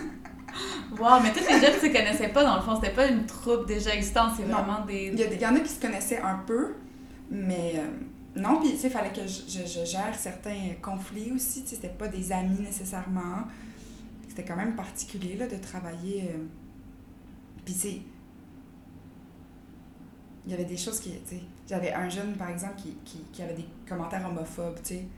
Speaker 6: Wow, mais tous les jeunes ne se connaissaient pas, dans le fond. C'était pas une troupe déjà existante, c'est
Speaker 1: non.
Speaker 6: vraiment des...
Speaker 1: Il y, a des... il y en a qui se connaissaient un peu, mais... Euh... Non, puis tu sais, il fallait que je, je, je gère certains conflits aussi, tu sais, c'était pas des amis nécessairement. C'était quand même particulier, là, de travailler. Euh... Puis tu sais, il y avait des choses qui, tu sais, j'avais un jeune, par exemple, qui, qui, qui avait des commentaires homophobes, tu sais,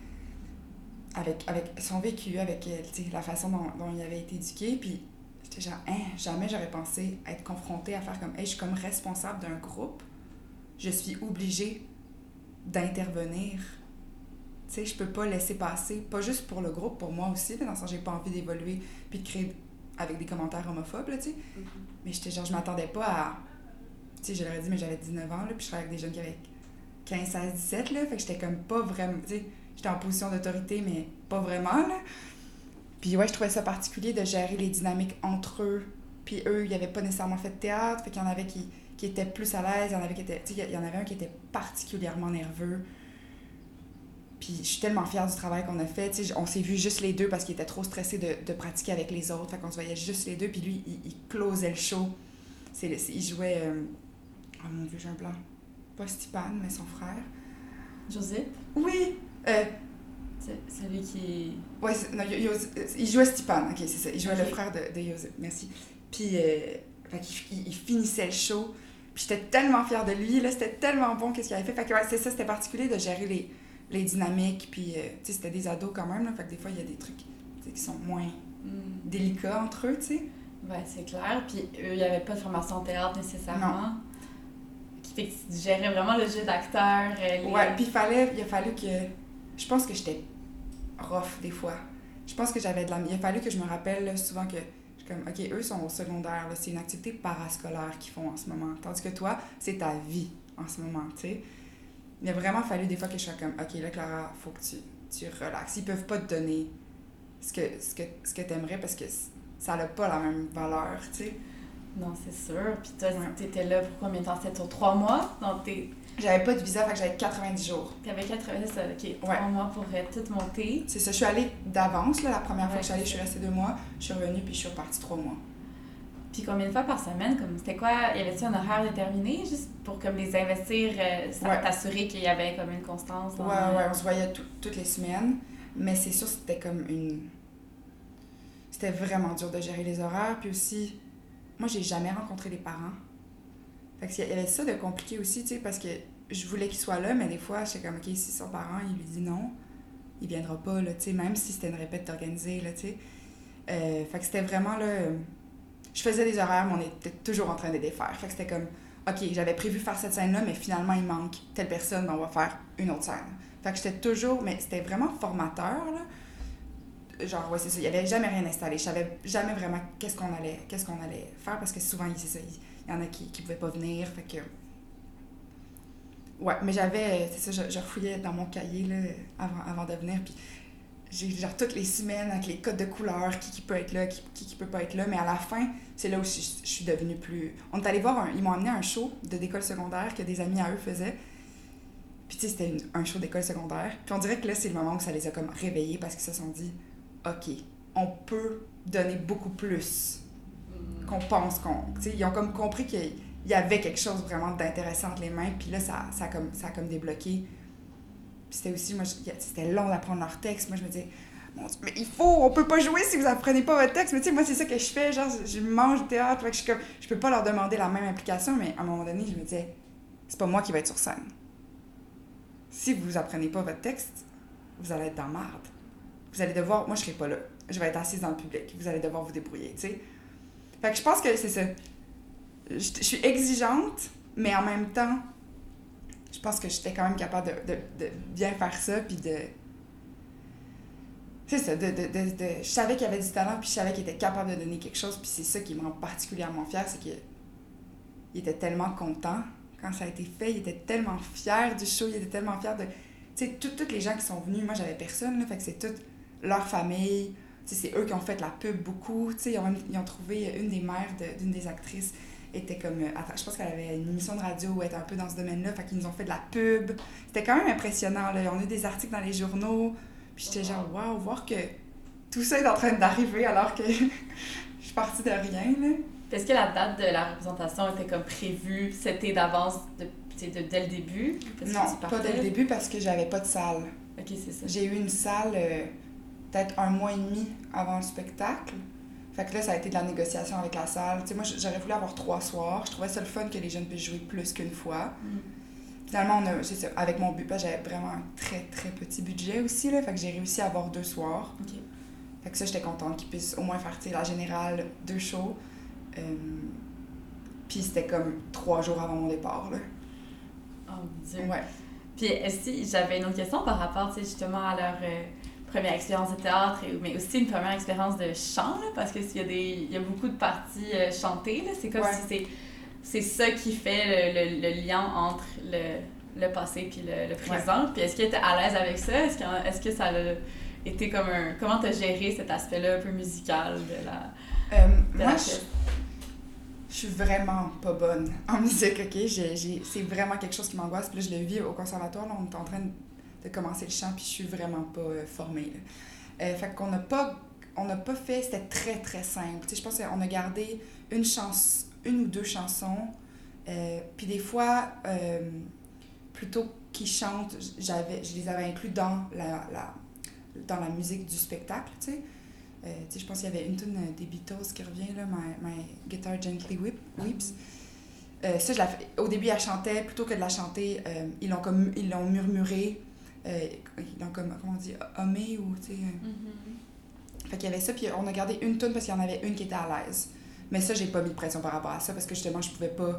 Speaker 1: avec, avec son vécu, avec, tu sais, la façon dont, dont il avait été éduqué, puis j'étais genre, hein, jamais j'aurais pensé être confrontée à faire comme, hey, je suis comme responsable d'un groupe, je suis obligée d'intervenir. Tu sais, je peux pas laisser passer, pas juste pour le groupe, pour moi aussi, dans le sens j'ai pas envie d'évoluer puis de créer avec des commentaires homophobes, là, tu sais. Mm-hmm. Mais j'étais genre, je m'attendais pas à... Tu sais, je leur ai dit, mais j'avais dix-neuf ans, là, puis je travaillais avec des jeunes qui avaient quinze, seize, dix-sept, là, fait que j'étais comme pas vraiment... Tu sais, j'étais en position d'autorité, mais pas vraiment, là. Puis ouais, je trouvais ça particulier de gérer les dynamiques entre eux. Puis eux, ils n'avaient pas nécessairement fait de théâtre, fait qu'il y en avait qui... qui était plus à l'aise, il y en avait qui était, tu sais, il y en avait un qui était particulièrement nerveux. Puis je suis tellement fière du travail qu'on a fait, tu sais, on s'est vus juste les deux parce qu'il était trop stressé de, de pratiquer avec les autres, fait qu'on se voyait juste les deux, puis lui, il, il closait le show. C'est, c'est, il jouait, euh... oh mon Dieu, j'ai un blanc. Pas Stipan, mais son frère.
Speaker 6: Joseph?
Speaker 1: Oui! Euh...
Speaker 6: C'est celui qui...
Speaker 1: Ouais, non, Yos... il jouait Stipan, ok, c'est ça, il jouait okay. Le frère de, de Joseph, merci. Puis, euh... fait qu'il il, il finissait le show. Puis j'étais tellement fière de lui, là, c'était tellement bon qu'est-ce qu'il avait fait. Fait que ouais, c'est ça, c'était particulier de gérer les, les dynamiques, puis euh, tu sais, c'était des ados quand même, là, fait que des fois, il y a des trucs qui sont moins mm. délicats entre eux, tu sais.
Speaker 6: Ouais, c'est clair. Puis eux, il n'y avait pas de formation en théâtre nécessairement. Non. Qui fait que tu gérais vraiment le jeu d'acteur. Les...
Speaker 1: Ouais, puis il fallait, il a fallu que... Je pense que j'étais rough des fois. Je pense que j'avais de la... Il a fallu que je me rappelle là, souvent que comme, OK, eux sont au secondaire, là, c'est une activité parascolaire qu'ils font en ce moment. Tandis que toi, c'est ta vie en ce moment, tu sais. Il a vraiment fallu des fois que je sois comme, OK, là, Clara, faut que tu, tu relaxes. Ils peuvent pas te donner ce que, ce que, ce que t'aimerais parce que ça n'a pas la même valeur, tu sais.
Speaker 6: Non, c'est sûr. Puis toi, ouais. T'étais là pour combien de temps? C'était sur trois mois? Donc t'es...
Speaker 1: J'avais pas de visa, fait que j'avais quatre-vingt-dix jours.
Speaker 6: T'avais quatre-vingt-dix, ça, OK. Trois
Speaker 1: ouais.
Speaker 6: mois pour euh, tout monter.
Speaker 1: C'est ça. Je suis allée d'avance, là, la première fois
Speaker 6: ouais,
Speaker 1: que je suis allée, je suis restée deux mois. Je suis revenue, puis je suis repartie trois mois.
Speaker 6: Puis combien de fois par semaine? Comme, c'était quoi? Y avait-tu un horaire déterminé juste pour comme les investir, euh,
Speaker 1: Ouais.
Speaker 6: t'assurer qu'il y avait comme une constance?
Speaker 1: Ouais,
Speaker 6: dans-
Speaker 1: ouais, on se voyait tout- toutes les semaines, mais c'est sûr c'était comme une... C'était vraiment dur de gérer les horaires, puis aussi, moi j'ai jamais rencontré les parents. Fait qu'il y avait ça de compliqué aussi, tu sais, parce que je voulais qu'il soit là, mais des fois, j'étais comme, OK, si son parent, il lui dit non, il viendra pas, là, tu sais, même si c'était une répète organisée, là, tu sais. Euh, fait que c'était vraiment, là... euh, Je faisais des horaires, mais on était toujours en train de les défaire. Fait que c'était comme, OK, j'avais prévu faire cette scène-là, mais finalement, il manque telle personne, ben on va faire une autre scène. Fait que j'étais toujours... Mais c'était vraiment formateur, là. Genre, ouais, c'est ça. Il n'y avait jamais rien installé. Je savais jamais vraiment qu'est-ce qu'on allait, qu'est-ce qu'on allait faire, parce que souvent, c'est ça, il y en a qui ne pouvaient pas venir, fait que... Ouais, mais j'avais... C'est ça, je, je refouillais dans mon cahier, là, avant, avant de venir, puis j'ai genre toutes les semaines avec les codes de couleurs, qui, qui peut être là, qui, qui, qui peut pas être là, mais à la fin, c'est là où je, je suis devenue plus... On est allé voir, un, ils m'ont amené à un show de d'école secondaire que des amis à eux faisaient, puis tu sais, c'était une, un show d'école secondaire, puis on dirait que là, c'est le moment où ça les a comme réveillés, parce qu'ils se sont dit, OK, on peut donner beaucoup plus qu'on pense qu'on... Tu sais, ils ont comme compris qu'il y avait quelque chose vraiment d'intéressant entre les mains, puis là, ça, ça, a comme, ça a comme débloqué. Puis c'était aussi, moi, je, c'était long d'apprendre leur texte. Moi, je me disais, mon Dieu, mais il faut, on peut pas jouer si vous apprenez pas votre texte. Mais tu sais, moi, c'est ça que je fais, genre, je, je mange du théâtre, fait que je suis comme, je peux pas leur demander la même implication, mais à un moment donné, je me disais, c'est pas moi qui vais être sur scène. Si vous apprenez pas votre texte, vous allez être dans la marde. Vous allez devoir, moi, je serai pas là. Je vais être assise dans le public. Vous allez devoir vous débrouiller, tu sais. Fait que je pense que c'est ça. Je, je suis exigeante, mais en même temps, je pense que j'étais quand même capable de, de, de bien faire ça, puis de... C'est ça, de, de, de, de... Je savais qu'il y avait du talent, puis je savais qu'il était capable de donner quelque chose, puis c'est ça qui me rend particulièrement fière, c'est qu'il était tellement content quand ça a été fait, il était tellement fier du show, il était tellement fier de... Tu sais, toutes les gens qui sont venus, moi, j'avais personne, là, fait que c'est toute leur famille, tu sais, c'est eux qui ont fait la pub beaucoup, tu sais, ils ont, même, ils ont trouvé une des mères de, d'une des actrices, était comme, attends, je pense qu'elle avait une émission de radio où elle était un peu dans ce domaine-là, fait qu'ils nous ont fait de la pub. C'était quand même impressionnant, là. On a eu des articles dans les journaux, puis j'étais genre, waouh, voir que tout ça est en train d'arriver alors que je suis partie de rien, là.
Speaker 6: Est-ce que la date de la représentation était comme prévue, c'était d'avance, de, de, dès le début?
Speaker 1: Non, pas dès le début parce que j'avais pas de salle.
Speaker 6: Ok, c'est ça.
Speaker 1: J'ai eu une salle euh, peut-être un mois et demi avant le spectacle. Fait que là, ça a été de la négociation avec la salle. Tu sais, moi, j'aurais voulu avoir trois soirs. Je trouvais ça le fun que les jeunes puissent jouer plus qu'une fois. Mm. Finalement, on a, c'est ça, avec mon but, j'avais vraiment un très, très petit budget aussi, là. Fait que j'ai réussi à avoir deux soirs.
Speaker 6: Okay.
Speaker 1: Fait que ça, j'étais contente qu'ils puissent au moins faire, tu sais, la générale, deux shows. Euh, Puis c'était comme trois jours avant mon départ, là.
Speaker 6: Oh mon Dieu.
Speaker 1: Ouais.
Speaker 6: Puis si j'avais une autre question par rapport, tu sais, justement à leur... Euh... première expérience de théâtre, mais aussi une première expérience de chant, là, parce qu'il y a des, il y a beaucoup de parties euh, chantées, là. C'est comme ouais. si c'est, c'est ça qui fait le, le, le lien entre le, le passé puis le, le présent. Ouais. Puis est-ce que tu es à l'aise avec ça? Est-ce que, est-ce que ça a été comme un... Comment tu as géré cet aspect-là un peu musical de la,
Speaker 1: euh,
Speaker 6: de
Speaker 1: moi,
Speaker 6: la
Speaker 1: je, je suis vraiment pas bonne en musique, OK? J'ai, j'ai, c'est vraiment quelque chose qui m'angoisse. Puis là, je le vis au conservatoire, là, on est en train de de commencer le chant, puis je suis vraiment pas euh, formée. Là. Euh, fait qu'on n'a pas, on n'a pas fait, c'était très, très simple. Tu sais, je pense qu'on a gardé une, chance, une ou deux chansons, euh, puis des fois, euh, plutôt qu'ils chantent, j'avais, je les avais inclus dans la, la, dans la musique du spectacle, tu sais. Euh, tu sais, je pense qu'il y avait une tune des Beatles qui revient, là, My, My Guitar Gently Whip, Weeps. Euh, ça, je la, au début, elle chantait, plutôt que de la chanter, euh, ils l'ont comme, ils l'ont murmuré. Euh, ils l'ont comme, comment on dit, hommé ou, tu sais... Mm-hmm. Fait qu'il y avait ça, puis on a gardé une toune parce qu'il y en avait une qui était à l'aise. Mais ça, j'ai pas mis de pression par rapport à ça parce que justement, je pouvais pas...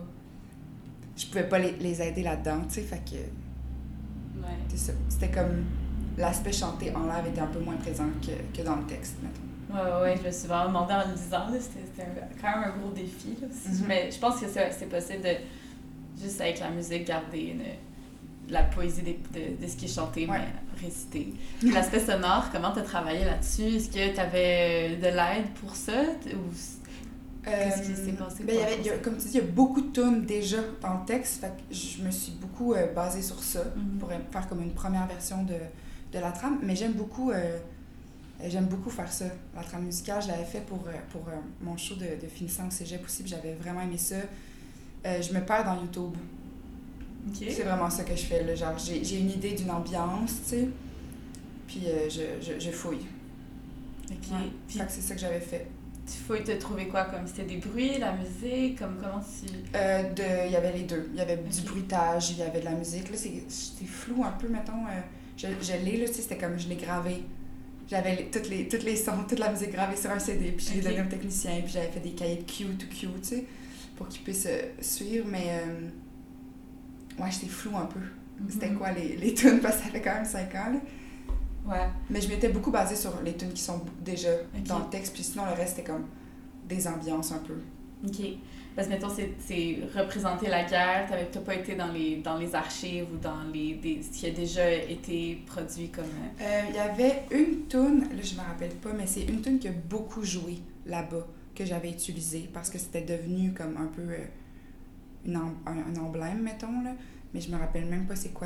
Speaker 1: Je pouvais pas les, les aider là-dedans, tu sais, fait que...
Speaker 6: Ouais.
Speaker 1: C'est ça. C'était comme... L'aspect chanté en live était un peu moins présent que, que dans le texte, mettons.
Speaker 6: Ouais, ouais, ouais, je me suis vraiment demandé en le disant, là, c'était, c'était un, quand même un gros défi, là, aussi. Mm-hmm. Mais je pense que c'est, c'est possible de, juste avec la musique, garder une... la poésie de, de, de ce qui est chanté, ouais. mais récité. Puis l'aspect sonore, comment tu as travaillé là-dessus? Est-ce que tu avais de l'aide pour ça? Ou qu'est-ce qui s'est passé?
Speaker 1: Ben, y avait, y a, comme tu dis, il y a beaucoup de tunes déjà dans le texte, fait que je me suis beaucoup euh, basée sur ça mm-hmm. pour faire comme une première version de, de la trame, mais j'aime beaucoup... Euh, Euh, j'aime beaucoup faire ça. La trame musicale, je l'avais fait pour, euh, pour euh, mon show de, de finissant au cégep aussi, puis j'avais vraiment aimé ça. Euh, je me perds dans YouTube.
Speaker 6: OK.
Speaker 1: C'est vraiment ça que je fais, là. Genre, j'ai, j'ai une idée d'une ambiance, tu sais, puis euh, je, je, je fouille.
Speaker 6: OK.
Speaker 1: Ouais.
Speaker 6: Puis
Speaker 1: Fait que c'est ça que j'avais fait.
Speaker 6: tu fouilles te trouver quoi? Comme c'était des bruits, la musique, comme comment tu...
Speaker 1: Euh, de, il y avait les deux. Il y avait du
Speaker 6: Ok.
Speaker 1: bruitage, il y avait de la musique. Là, c'est, c'est flou un peu, mettons. Euh, je, je l'ai, là, tu sais, c'était comme je l'ai gravé. J'avais les, toutes, les, toutes les sons, toute la musique gravée sur un C D, puis je l'ai
Speaker 6: Ok.
Speaker 1: donné au technicien, puis j'avais fait des cahiers de Q to Q, tu sais, pour qu'ils puissent euh, suivre, mais... Euh, ouais, c'était flou un peu. C'était
Speaker 6: Mhm.
Speaker 1: quoi les, les tunes, parce que ça fait quand même cinq ans, là.
Speaker 6: Ouais.
Speaker 1: Mais je m'étais beaucoup basée sur les tunes qui sont déjà
Speaker 6: Ok.
Speaker 1: dans le texte, puis sinon, le reste, c'était comme des ambiances un peu.
Speaker 6: OK. Parce que, mettons, c'est, c'est représenter la guerre. T'avais, t'as pas été dans les, dans les archives ou dans les, des, ce qui a déjà été produit comme... euh,
Speaker 1: Euh, Il y avait une tune, là je me rappelle pas, mais c'est une tune qui a beaucoup joué là-bas, que j'avais utilisée, parce que c'était devenu comme un peu euh, une em- un, un emblème, mettons, là. Mais je me rappelle même pas c'est quoi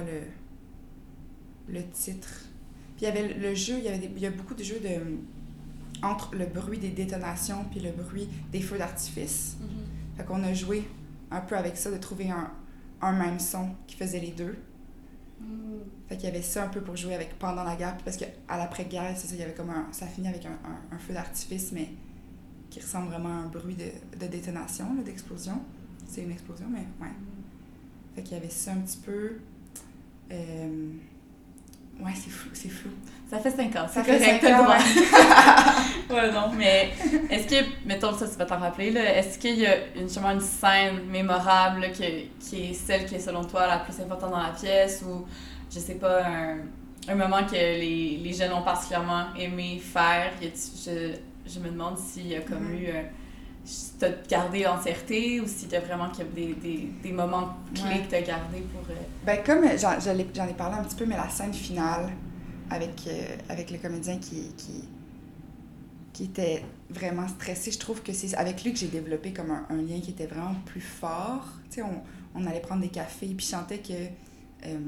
Speaker 1: le, le titre. Puis il y avait le, le jeu, il y avait des, il y a beaucoup de jeux de, entre le bruit des détonations puis le bruit des feux d'artifice. Fait qu'on a joué un peu avec ça, de trouver un, un même son qui faisait les deux.
Speaker 6: Mm.
Speaker 1: Fait qu'il y avait ça un peu pour jouer avec pendant la guerre, puis parce qu'à l'après-guerre, c'est ça, il y avait comme un, ça finit avec un, un, un feu d'artifice, mais qui ressemble vraiment à un bruit de, de détonation, là, d'explosion. C'est une explosion, mais ouais. Fait qu'il y avait ça un petit peu. Euh... Ouais, c'est flou, c'est flou.
Speaker 6: Ça fait cinq ans,
Speaker 1: Ça
Speaker 6: c'est
Speaker 1: fait
Speaker 6: correct,
Speaker 1: cinq
Speaker 6: t'as le
Speaker 1: ans,
Speaker 6: droit. Ouais, non, mais est-ce que, mettons, ça, tu vas t'en rappeler, là, est-ce qu'il y a une, justement une scène mémorable là, qui, qui est celle qui est, selon toi, la plus importante dans la pièce, ou, je sais pas, un, un moment que les, les jeunes ont particulièrement aimé faire? Y a-tu- je, je me demande s'il y a comme
Speaker 1: Mm-hmm.
Speaker 6: eu... Euh, si t'as gardé l'entièreté, ou s'il y a vraiment qu'il y a des, des, des moments clés
Speaker 1: Ouais.
Speaker 6: que t'as gardés pour... Euh...
Speaker 1: Ben, comme j'en, j'en ai, j'en ai parlé un petit peu, mais la scène finale avec, euh, avec le comédien qui, qui, qui était vraiment stressé, je trouve que c'est avec lui que j'ai développé comme un, un lien qui était vraiment plus fort. Tu sais, on, on allait prendre des cafés, puis je chantais que... Euh,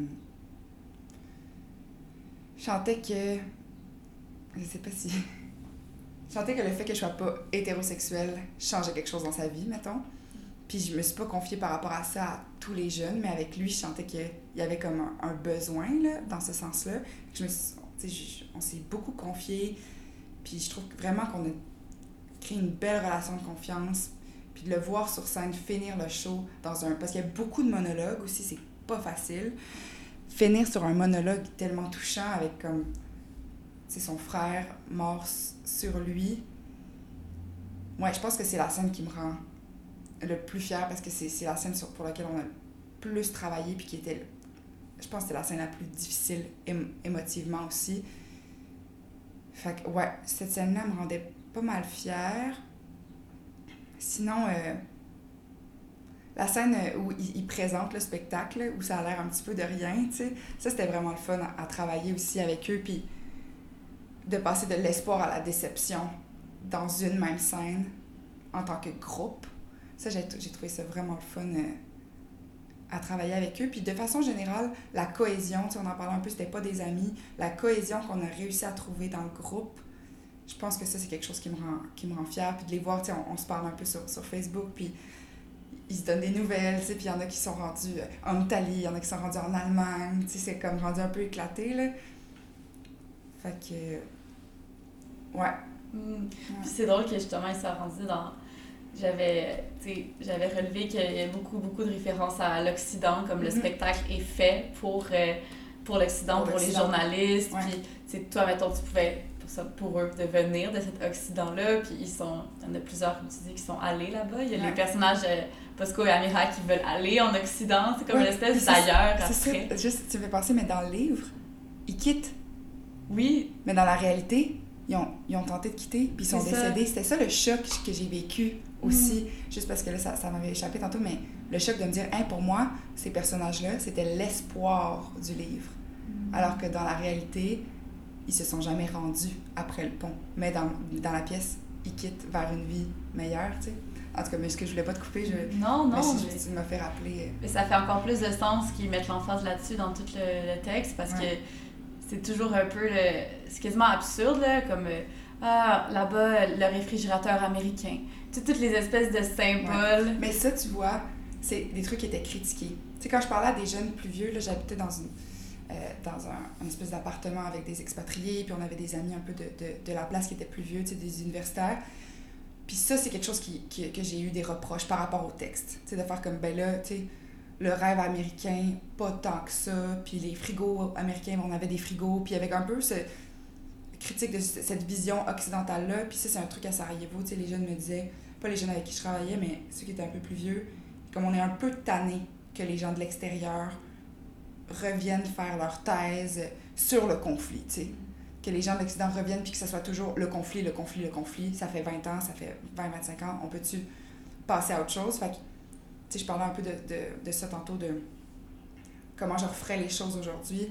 Speaker 1: je chantais que... Je sais pas si... Je sentais que le fait que je sois pas hétérosexuelle changeait quelque chose dans sa vie, mettons. Puis je me suis pas confiée par rapport à ça à tous les jeunes, mais avec lui, je sentais qu'il y avait comme un, un besoin, là, dans ce sens-là. Je me suis, tu sais, je- on s'est beaucoup confié, puis je trouve vraiment qu'on a créé une belle relation de confiance. Puis de le voir sur scène finir le show dans un... Parce qu'il y a beaucoup de monologues aussi, c'est pas facile. Finir sur un monologue tellement touchant avec comme... C'est son frère mort s- sur lui. Ouais, je pense que c'est la scène qui me rend le plus fière parce que c'est, c'est la scène sur, pour laquelle on a le plus travaillé puis qui était, le- je pense que c'était la scène la plus difficile ém- émotivement aussi. Fait que, ouais, cette scène-là me rendait pas mal fière. Sinon, euh, la scène où il, il présente le spectacle, où ça a l'air un petit peu de rien, tu sais, ça c'était vraiment le fun à, à travailler aussi avec eux. Puis de passer de l'espoir à la déception dans une même scène en tant que groupe. Ça, j'ai, j'ai trouvé ça vraiment le fun euh, à travailler avec eux. Puis de façon générale, la cohésion, tu sais, on en parlait un peu, c'était pas des amis, la cohésion qu'on a réussi à trouver dans le groupe, je pense que ça, c'est quelque chose qui me rend, qui me rend fière. Puis de les voir, tu sais, on, on se parle un peu sur, sur Facebook, puis ils se donnent des nouvelles, tu sais, puis il y en a qui sont rendus en Italie, il y en a qui sont rendus en Allemagne, tu sais, c'est comme rendu un peu éclaté, là. Fait que... Ouais.
Speaker 6: Mm. Puis c'est drôle que justement, il s'est rendu dans... J'avais, tu sais, j'avais relevé qu'il y a beaucoup, beaucoup de références à l'Occident, comme le
Speaker 1: Mhm.
Speaker 6: spectacle est fait pour, euh, pour l'Occident,
Speaker 1: Pour
Speaker 6: pour, les
Speaker 1: l'Occident.
Speaker 6: journalistes.
Speaker 1: Ouais.
Speaker 6: Puis, tu sais, toi, mettons, tu pouvais, pour, ça, pour eux, de venir de cet Occident-là. Puis ils sont, il y en a plusieurs, comme tu dis, qui sont allés là-bas. Il y a
Speaker 1: Ouais.
Speaker 6: les personnages, euh, Bosco et Amira, qui veulent aller en Occident. C'est comme
Speaker 1: Ouais,
Speaker 6: une espèce
Speaker 1: puis c'est-
Speaker 6: d'ailleurs
Speaker 1: C'est
Speaker 6: après.
Speaker 1: ça, juste, tu me fais penser, mais dans le livre, ils quittent.
Speaker 6: Oui,
Speaker 1: Mais dans la réalité, ils ont, ils ont tenté de quitter, puis ils sont
Speaker 6: C'est ça.
Speaker 1: décédés. C'était ça le choc que j'ai vécu aussi, juste parce que là, ça, ça m'avait échappé tantôt, mais le choc de me dire, hein, pour moi, ces personnages-là, c'était l'espoir du livre. Alors que dans la réalité, ils se sont jamais rendus après le pont. Mais dans, dans la pièce, ils quittent vers une vie meilleure, tu sais. En tout cas, mais ce que je voulais pas te couper, je...
Speaker 6: non, non.
Speaker 1: mais si
Speaker 6: mais-
Speaker 1: je- tu m'as fait rappeler...
Speaker 6: Mais ça fait encore plus de sens qu'ils mettent l'emphase là-dessus dans tout le, le texte parce
Speaker 1: Ouais.
Speaker 6: que c'est toujours un peu... Le, c'est quasiment absurde, là, comme... Euh, ah, là-bas, le réfrigérateur américain. Toutes, toutes les espèces de symboles.
Speaker 1: Ouais. Mais ça, tu vois, c'est des trucs qui étaient critiqués. Tu sais, quand je parlais à des jeunes plus vieux, là, j'habitais dans une... Euh, dans un, un espèce d'appartement avec des expatriés, puis on avait des amis un peu de, de, de la place qui étaient plus vieux, tu sais, des universitaires. Puis ça, c'est quelque chose qui, qui, que j'ai eu des reproches par rapport au texte. Tu sais, de faire comme, ben là, tu sais, le rêve américain, pas tant que ça, puis les frigos américains, on avait des frigos, puis avec un peu ce critique de cette vision occidentale-là, puis ça, c'est un truc à Sarajevo, tu sais, les jeunes me disaient, pas les jeunes avec qui je travaillais, mais ceux qui étaient un peu plus vieux, comme on est un peu tannés que les gens de l'extérieur reviennent faire leur thèse sur le conflit, tu sais. Que les gens de l'Occident reviennent puis que ça soit toujours le conflit, le conflit, le conflit. Ça fait vingt ans, ça fait vingt à vingt-cinq ans, on peut-tu passer à autre chose? Fait que, tu sais, je parlais un peu de, de, de ça tantôt, de comment je referais les choses aujourd'hui.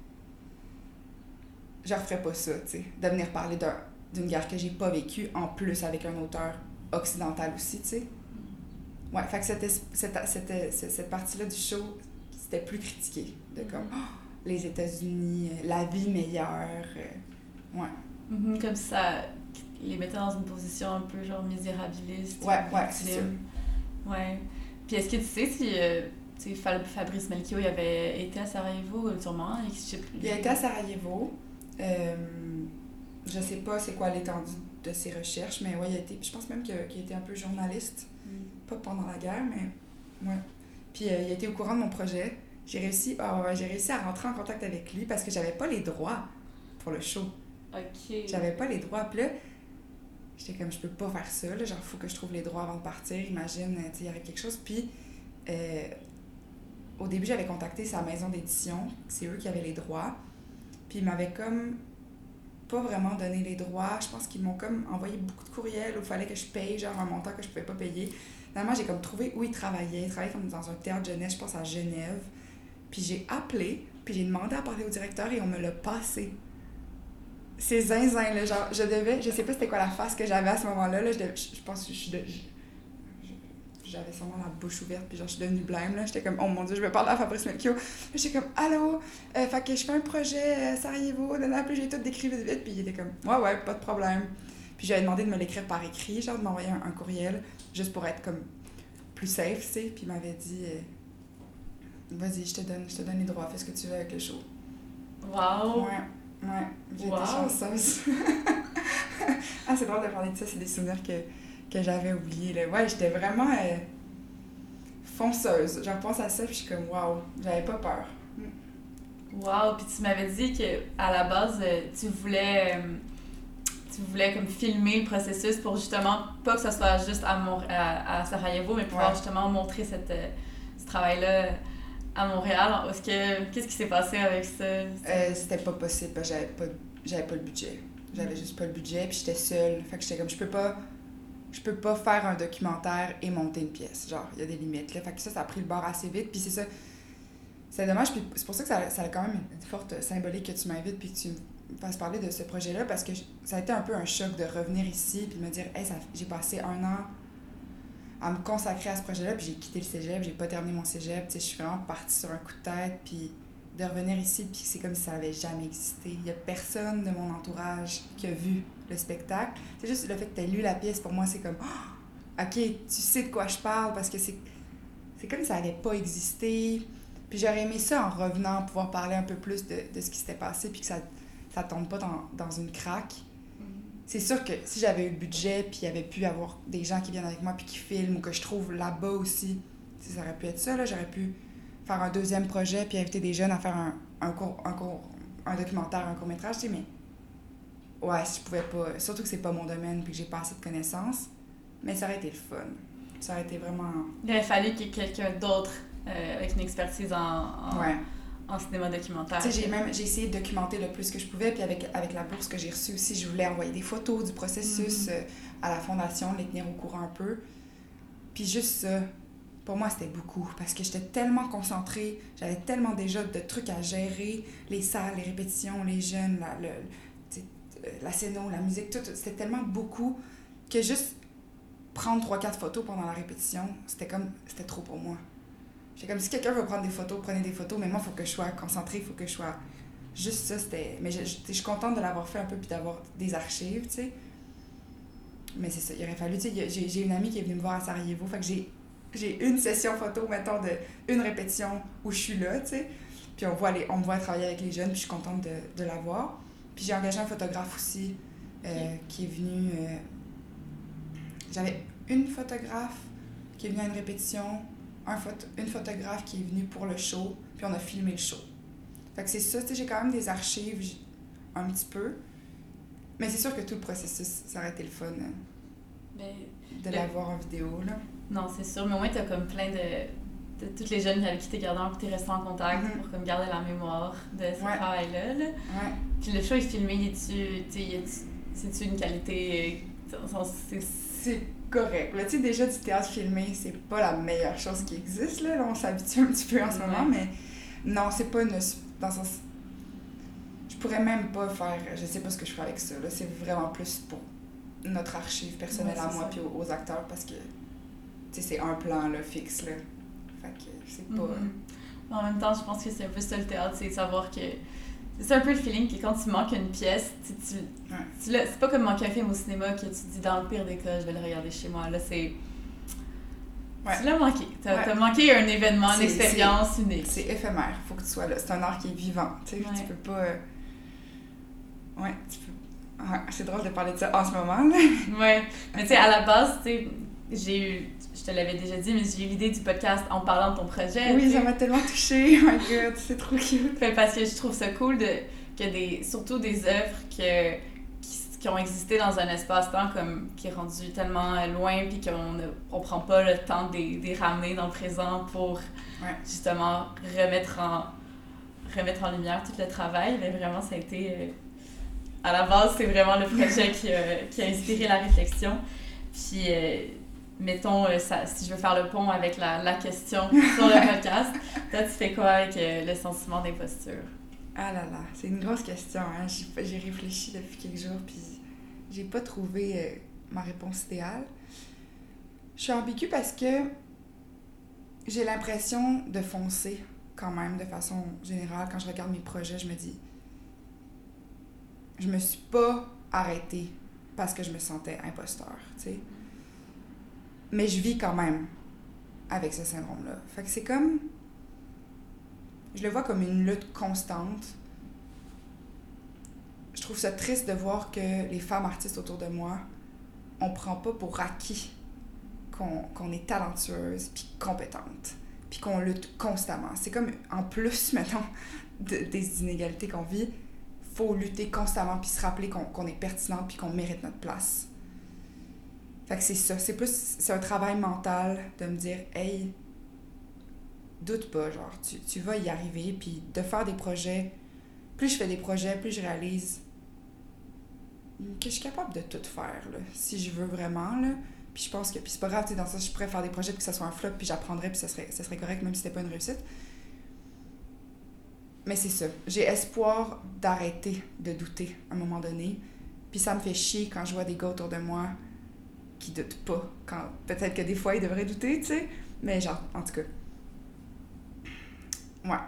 Speaker 1: Je referais pas ça, tu sais. De venir parler d'un, d'une guerre que j'ai pas vécue, en plus avec un auteur occidental aussi, tu sais. Ouais, fait que cette, cette, cette, cette, cette partie-là du show, c'était plus critiqué. De comme, oh, les États-Unis, la vie meilleure. Euh, ouais.
Speaker 6: Mm-hmm, comme ça les mettait dans une position un peu genre misérabiliste.
Speaker 1: Ouais, ouais, c'est sûr.
Speaker 6: Ouais. Puis est-ce que tu sais si euh, tu sais, Fabrice Melchior il avait été à Sarajevo, sûrement? Je sais plus.
Speaker 1: Il a été à Sarajevo. Euh, je sais pas c'est quoi l'étendue de ses recherches, mais ouais, il a été. Je pense même qu'il a, qu'il a été un peu journaliste. Mm. Pas pendant la guerre, mais ouais. Puis euh, il a été au courant de mon projet. J'ai réussi, oh, j'ai réussi à rentrer en contact avec lui parce que j'avais pas les droits pour le show.
Speaker 6: OK.
Speaker 1: J'avais pas les droits. Puis là, j'étais comme, je peux pas faire ça. Là, genre, il faut que je trouve les droits avant de partir. Imagine, tu sais, il y arrive quelque chose. Puis, euh, au début, j'avais contacté sa maison d'édition. C'est eux qui avaient les droits. Puis, ils m'avaient comme pas vraiment donné les droits. Je pense qu'ils m'ont comme envoyé beaucoup de courriels où il fallait que je paye, genre, un montant que je pouvais pas payer. Finalement, j'ai comme trouvé où il travaillait. Il travaillait comme dans un théâtre jeunesse, je pense, à Genève. Puis j'ai appelé, puis j'ai demandé à parler au directeur et on me l'a passé. C'est zinzin, là, genre, je devais, je sais pas c'était quoi la face que j'avais à ce moment-là, là, je, devais, je, je pense que je suis de, je, je, j'avais sûrement la bouche ouverte, puis genre, je suis devenue blême, là, j'étais comme, oh mon Dieu, je vais parler à Fabrice Melchior. J'étais comme, allô, euh, fait que je fais un projet à Sarajevo, là, puis j'ai tout décrit vite, vite, puis il était comme, ouais, ouais, pas de problème. Puis j'avais demandé de me l'écrire par écrit, genre, de m'envoyer un, un courriel, juste pour être comme plus safe, tu sais, puis il m'avait dit... Euh, vas-y, je te donne, je te donne les droits, fais ce que tu veux avec le show.
Speaker 6: Wow!
Speaker 1: Ouais, ouais, j'ai
Speaker 6: wow.
Speaker 1: été chanceuse. Ah, c'est drôle de parler de ça, c'est des souvenirs que, que j'avais oubliés, là. Ouais, j'étais vraiment euh, fonceuse. Je repense à ça, puis je suis comme, waouh, j'avais pas peur.
Speaker 6: Wow! Puis tu m'avais dit qu'à la base, tu voulais... Euh, tu voulais comme filmer le processus pour justement, pas que ce soit juste à, Mont- à, à Sarajevo, mais pouvoir ouais. justement montrer cette, ce travail-là à Montréal. Est-ce que, qu'est-ce qui s'est passé avec ça?
Speaker 1: Euh, c'était pas possible, parce que j'avais pas, j'avais pas le budget. J'avais mm. juste pas le budget, puis j'étais seule. Fait que j'étais comme, je peux pas, je peux pas faire un documentaire et monter une pièce. Genre, il y a des limites, là. Fait que ça, ça a pris le bord assez vite, puis c'est ça. C'est dommage, puis c'est pour ça que ça, ça a quand même une forte symbolique que tu m'invites, puis que tu me fasses parler de ce projet-là, parce que ça a été un peu un choc de revenir ici, puis de me dire, hey, ça, j'ai passé un an à me consacrer à ce projet-là, puis j'ai quitté le cégep, j'ai pas terminé mon cégep, tu sais, je suis vraiment partie sur un coup de tête, puis de revenir ici, puis c'est comme si ça avait jamais existé. Il y a personne de mon entourage qui a vu le spectacle. C'est juste le fait que tu aies lu la pièce, pour moi, c'est comme, oh, ok, tu sais de quoi je parle, parce que c'est, c'est comme si ça avait pas existé. Puis j'aurais aimé ça en revenant, pouvoir parler un peu plus de, de ce qui s'était passé, puis que ça ça tombe pas dans, dans une craque. Mm. C'est sûr que si j'avais eu le budget, puis il y avait pu avoir des gens qui viennent avec moi, puis qui filment, ou que je trouve là-bas aussi, ça aurait pu être ça, là. J'aurais pu faire un deuxième projet, puis inviter des jeunes à faire un, un, court, un, court, un documentaire, un court-métrage, tu sais, mais ouais, je pouvais pas, surtout que c'est pas mon domaine, puis que j'ai pas assez de connaissances, mais ça aurait été le fun. Ça aurait été vraiment...
Speaker 6: Il aurait fallu qu'il y ait quelqu'un d'autre euh, avec une expertise en... en...
Speaker 1: Ouais.
Speaker 6: En cinéma documentaire.
Speaker 1: Tu sais, j'ai même j'ai essayé de documenter le plus que je pouvais, puis avec, avec la bourse que j'ai reçue aussi, je voulais envoyer des photos du processus mm-hmm. euh, à la fondation, les tenir au courant un peu. Puis juste ça, pour moi, c'était beaucoup, parce que j'étais tellement concentrée, j'avais tellement déjà de trucs à gérer, les salles, les répétitions, les jeunes, la, le, tu sais, la scéno, la musique, tout, c'était tellement beaucoup que juste prendre trois quatre photos pendant la répétition, c'était comme, c'était trop pour moi. J'ai comme, si quelqu'un veut prendre des photos, prenez des photos, mais moi, il faut que je sois concentrée, il faut que je sois, juste ça, c'était... Mais je, je, je suis contente de l'avoir fait un peu puis d'avoir des archives, tu sais. Mais c'est ça, il aurait fallu, tu sais, j'ai, j'ai une amie qui est venue me voir à Sarajevo, fait que j'ai, j'ai une session photo, mettons, de une répétition où je suis là, tu sais. Puis on, voit les, on me voit travailler avec les jeunes, puis je suis contente de, de l'avoir. Puis j'ai engagé un photographe aussi, euh, okay. qui est venu... Euh, j'avais une photographe qui est venue à une répétition, un photo, une photographe qui est venue pour le show, puis on a filmé le show. Fait que c'est ça, tu sais, j'ai quand même des archives un petit peu, mais c'est sûr que tout le processus, ça aurait été le fun hein, mais de le... l'avoir en vidéo, là.
Speaker 6: Non, c'est sûr, mais au moins t'as comme plein de... de toutes les jeunes avec qui t'es gardé en, t'es resté en contact mm-hmm. pour comme garder la mémoire de ce ouais. travail-là, là.
Speaker 1: Ouais.
Speaker 6: Puis le show est filmé, y est-tu, tu sais, c'est-tu une qualité... C'est...
Speaker 1: c'est correct. Là, tu sais, déjà, du théâtre filmé, c'est pas la meilleure chose qui existe, là. Là on s'habitue un petit peu en ce ouais. moment, mais non, c'est pas une... Dans le sens... Je pourrais même pas faire... Je sais pas ce que je ferais avec ça, là. C'est vraiment plus pour notre archive personnelle ouais, à moi ça. Puis aux, aux acteurs, parce que, tu sais, c'est un plan, là, fixe, là. Fait que c'est pas...
Speaker 6: Mm-hmm. En même temps, je pense que c'est un peu ça, le théâtre, c'est de savoir que... C'est un peu le feeling que quand tu manques une pièce, tu, tu,
Speaker 1: ouais.
Speaker 6: tu c'est pas comme manquer un film au cinéma que tu te dis dans le pire des cas, je vais le regarder chez moi. Là, c'est... Ouais. Tu l'as manqué. T'as, ouais. t'as manqué un événement, c'est, une expérience
Speaker 1: c'est,
Speaker 6: unique.
Speaker 1: C'est éphémère, faut que tu sois là. C'est un art qui est vivant, tu sais, ouais. tu peux pas... Euh... Ouais, tu peux... Ouais, c'est drôle de parler de ça en ce moment, là.
Speaker 6: Ouais, mais tu sais, à la base, tu sais, j'ai eu... Je te l'avais déjà dit, mais j'ai eu l'idée du podcast en parlant de ton projet.
Speaker 1: Oui, ça m'a tellement touchée. Oh my God, c'est trop cute.
Speaker 6: Parce que je trouve ça cool de, que des, surtout des œuvres que, qui, qui ont existé dans un espace-temps comme, qui est rendu tellement loin puis qu'on ne on prend pas le temps de les ramener dans le présent pour
Speaker 1: ouais.
Speaker 6: justement remettre en, remettre en lumière tout le travail. Mais vraiment, ça a été... Euh, à la base, c'est vraiment le projet qui, euh, qui a inspiré la réflexion. Puis... Euh, mettons, euh, ça, si je veux faire le pont avec la, la question sur le podcast, toi, tu fais quoi avec euh, le sentiment d'imposture?
Speaker 1: Ah là là, c'est une grosse question. Hein? J'ai, j'ai réfléchi depuis quelques jours, puis j'ai pas trouvé euh, ma réponse idéale. Je suis ambiguë parce que j'ai l'impression de foncer quand même, de façon générale. Quand je regarde mes projets, je me dis... Je me suis pas arrêtée parce que je me sentais imposteur, tu sais. Mais je vis quand même avec ce syndrome-là. Fait que c'est comme... Je le vois comme une lutte constante. Je trouve ça triste de voir que les femmes artistes autour de moi, on prend pas pour acquis qu'on, qu'on est talentueuse puis compétente, puis qu'on lutte constamment. C'est comme, en plus, mettons, de, des inégalités qu'on vit, faut lutter constamment puis se rappeler qu'on, qu'on est pertinente puis qu'on mérite notre place. Fait que c'est ça, c'est plus, c'est un travail mental de me dire, hey, doute pas, genre, tu, tu vas y arriver, puis de faire des projets, plus je fais des projets, plus je réalise que je suis capable de tout faire, là, si je veux vraiment, là, puis je pense que, puis c'est pas grave, tu sais, dans ça, je pourrais faire des projets, puis que ça soit un flop, puis j'apprendrais, puis ça serait, ça serait correct, même si c'était pas une réussite. Mais c'est ça, j'ai espoir d'arrêter de douter à un moment donné, puis ça me fait chier quand je vois des gars autour de moi qui doutent pas, quand peut-être que des fois ils devraient douter, tu sais, mais genre, en tout cas, ouais,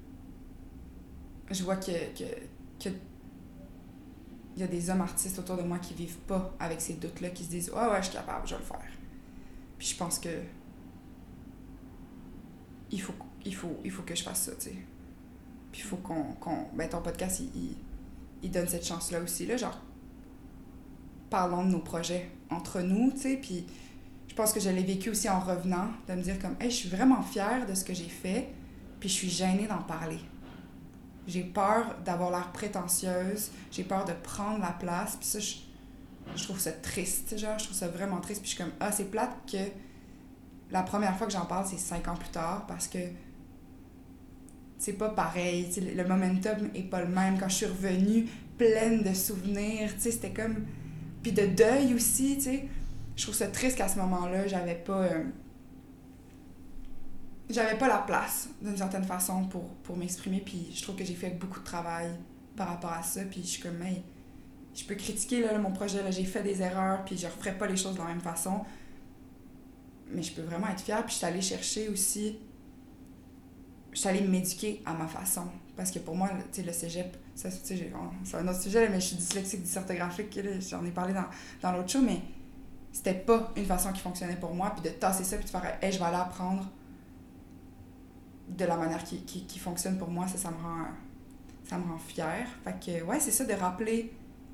Speaker 1: je vois que, que, que il y a des hommes artistes autour de moi qui vivent pas avec ces doutes-là, qui se disent « Ah ouais, ouais, je suis capable, je vais le faire. » Puis je pense que il faut, il faut, il faut que je fasse ça, tu sais. Puis il faut qu'on, qu'on... Ben, ton podcast, il, il, il donne cette chance-là aussi, là, genre, parlons de nos projets entre nous, tu sais, puis je pense que je l'ai vécu aussi en revenant, de me dire comme « Hey, je suis vraiment fière de ce que j'ai fait, puis je suis gênée d'en parler. » J'ai peur d'avoir l'air prétentieuse, j'ai peur de prendre la place, puis ça, je, je trouve ça triste, genre, je trouve ça vraiment triste, puis je suis comme « Ah, c'est plate que la première fois que j'en parle, c'est cinq ans plus tard, parce que c'est pas pareil, tu sais, le momentum est pas le même. Quand je suis revenue pleine de souvenirs, tu sais, c'était comme... Puis de deuil aussi, tu sais. Je trouve ça triste qu'à ce moment-là, j'avais pas... Euh, j'avais pas la place, d'une certaine façon, pour, pour m'exprimer. Puis je trouve que j'ai fait beaucoup de travail par rapport à ça. Puis je suis comme, hey, je peux critiquer là, mon projet, là, j'ai fait des erreurs, puis je referais pas les choses de la même façon. Mais je peux vraiment être fière. Puis je suis allée chercher aussi... Je suis allée m'éduquer à ma façon. Parce que pour moi, tu sais, le cégep, ça, tu sais, j'ai- on- c'est un autre sujet, là, mais je suis dyslexique dysorthographique, là, j'en ai parlé dans, dans l'autre show, mais c'était pas une façon qui fonctionnait pour moi, puis de tasser ça, puis de faire « Hey, je vais aller apprendre de la manière qui, qui, qui fonctionne pour moi », ça, ça me rend, ça me rend fière. Fait que, ouais, c'est ça, de rappeler,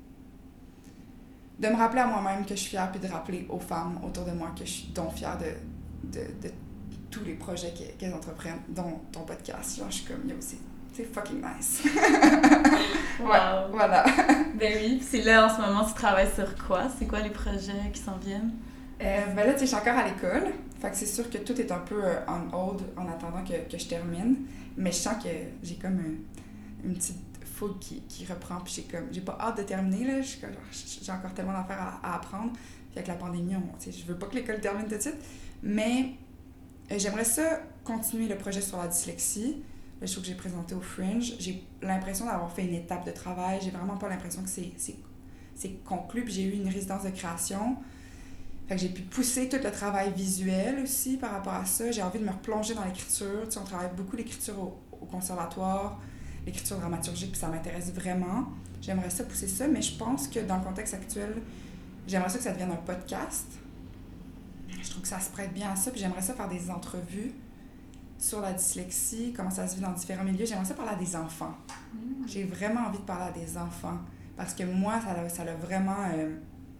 Speaker 1: de me rappeler à moi-même que je suis fière, puis de rappeler aux femmes autour de moi que je suis donc fière de, de, de tous les projets qu'elles, qu'elles entreprennent, dont ton podcast. Genre, je suis comme, yo, c'est, c'est fucking nice.
Speaker 6: Wow.
Speaker 1: Ouais, voilà.
Speaker 6: Ben oui, puis c'est là, en ce moment, tu travailles sur quoi? C'est quoi les projets qui s'en viennent?
Speaker 1: Euh, ben là, tu sais, je suis encore à l'école. Fait que c'est sûr que tout est un peu euh, on hold en attendant que, que je termine. Mais je sens que j'ai comme un, une petite fougue qui, qui reprend. Puis j'ai comme, j'ai pas hâte de terminer, là. Je suis comme, genre, j'ai encore tellement d'affaires à, à apprendre. Puis avec la pandémie, on, tu sais, je veux pas que l'école termine tout de suite. Mais euh, j'aimerais ça continuer le projet sur la dyslexie. Le show que j'ai présenté au Fringe. J'ai l'impression d'avoir fait une étape de travail. J'ai vraiment pas l'impression que c'est, c'est, c'est conclu. Puis j'ai eu une résidence de création. Fait que j'ai pu pousser tout le travail visuel aussi par rapport à ça. J'ai envie de me replonger dans l'écriture. Tu sais, on travaille beaucoup l'écriture au, au conservatoire, l'écriture dramaturgique, puis ça m'intéresse vraiment. J'aimerais ça pousser ça, mais je pense que dans le contexte actuel, j'aimerais ça que ça devienne un podcast. Je trouve que ça se prête bien à ça, puis j'aimerais ça faire des entrevues sur la dyslexie, comment ça se vit dans différents milieux. J'aimerais ça parler à des enfants. Mmh. J'ai vraiment envie de parler à des enfants, parce que moi, ça a, ça a vraiment... Euh,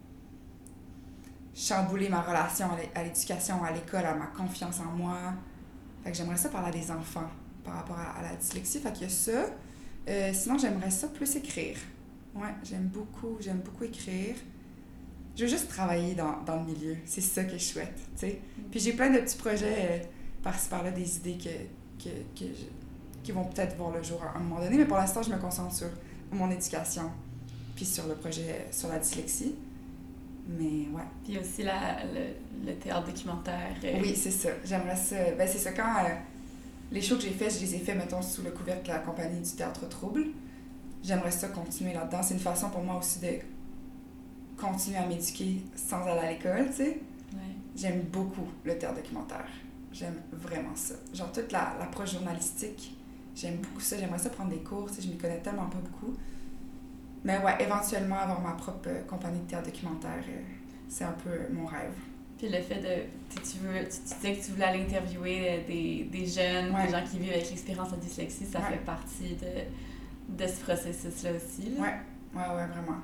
Speaker 1: chambouler ma relation à l'éducation, à l'école, à ma confiance en moi. Fait que j'aimerais ça parler à des enfants par rapport à, à la dyslexie. Fait qu'il y a ça. Euh, sinon, j'aimerais ça plus écrire. Ouais, j'aime beaucoup, j'aime beaucoup écrire. Je veux juste travailler dans, dans le milieu. C'est ça que je souhaite, tu sais. Puis j'ai plein de petits projets euh, par-ci par-là, des idées que, que, que je, qui vont peut-être voir le jour à un moment donné. Mais pour l'instant, je me concentre sur mon éducation puis sur le projet sur la dyslexie. Mais ouais.
Speaker 6: Puis aussi la, le, le théâtre documentaire. Euh...
Speaker 1: Oui, c'est ça. J'aimerais ça. Ben, c'est ça. Quand euh, les shows que j'ai faits, je les ai faits, mettons, sous le couvercle de la compagnie du Théâtre Trouble. J'aimerais ça continuer là-dedans. C'est une façon pour moi aussi de continuer à m'éduquer sans aller à l'école, tu sais.
Speaker 6: Ouais.
Speaker 1: J'aime beaucoup le théâtre documentaire. J'aime vraiment ça. Genre toute la, l'approche journalistique, j'aime beaucoup ça. J'aimerais ça prendre des cours, tu sais, je m'y connais tellement pas beaucoup. Mais ouais, éventuellement, avoir ma propre euh, compagnie de théâtre documentaire, euh, c'est un peu euh, mon rêve.
Speaker 6: Puis le fait de... Tu, veux, tu, tu disais que tu voulais aller interviewer des, des jeunes,
Speaker 1: ouais.
Speaker 6: des gens qui vivent avec l'expérience de dyslexie, ça ouais. fait partie de, de ce processus-là aussi. Là.
Speaker 1: Ouais, ouais, ouais, vraiment.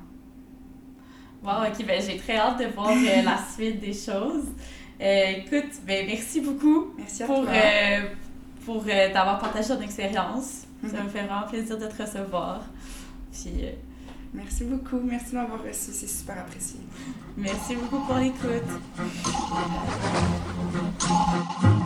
Speaker 6: Wow, ok, ben j'ai très hâte de voir euh, la suite des choses. Euh, écoute, ben merci beaucoup
Speaker 1: merci à
Speaker 6: pour,
Speaker 1: toi.
Speaker 6: Euh, pour euh, t'avoir partagé ton expérience. Mm-hmm. Ça me fait vraiment plaisir de te recevoir. Puis... Euh,
Speaker 1: Merci beaucoup. Merci de m'avoir reçu. C'est super apprécié.
Speaker 6: Merci beaucoup pour l'écoute.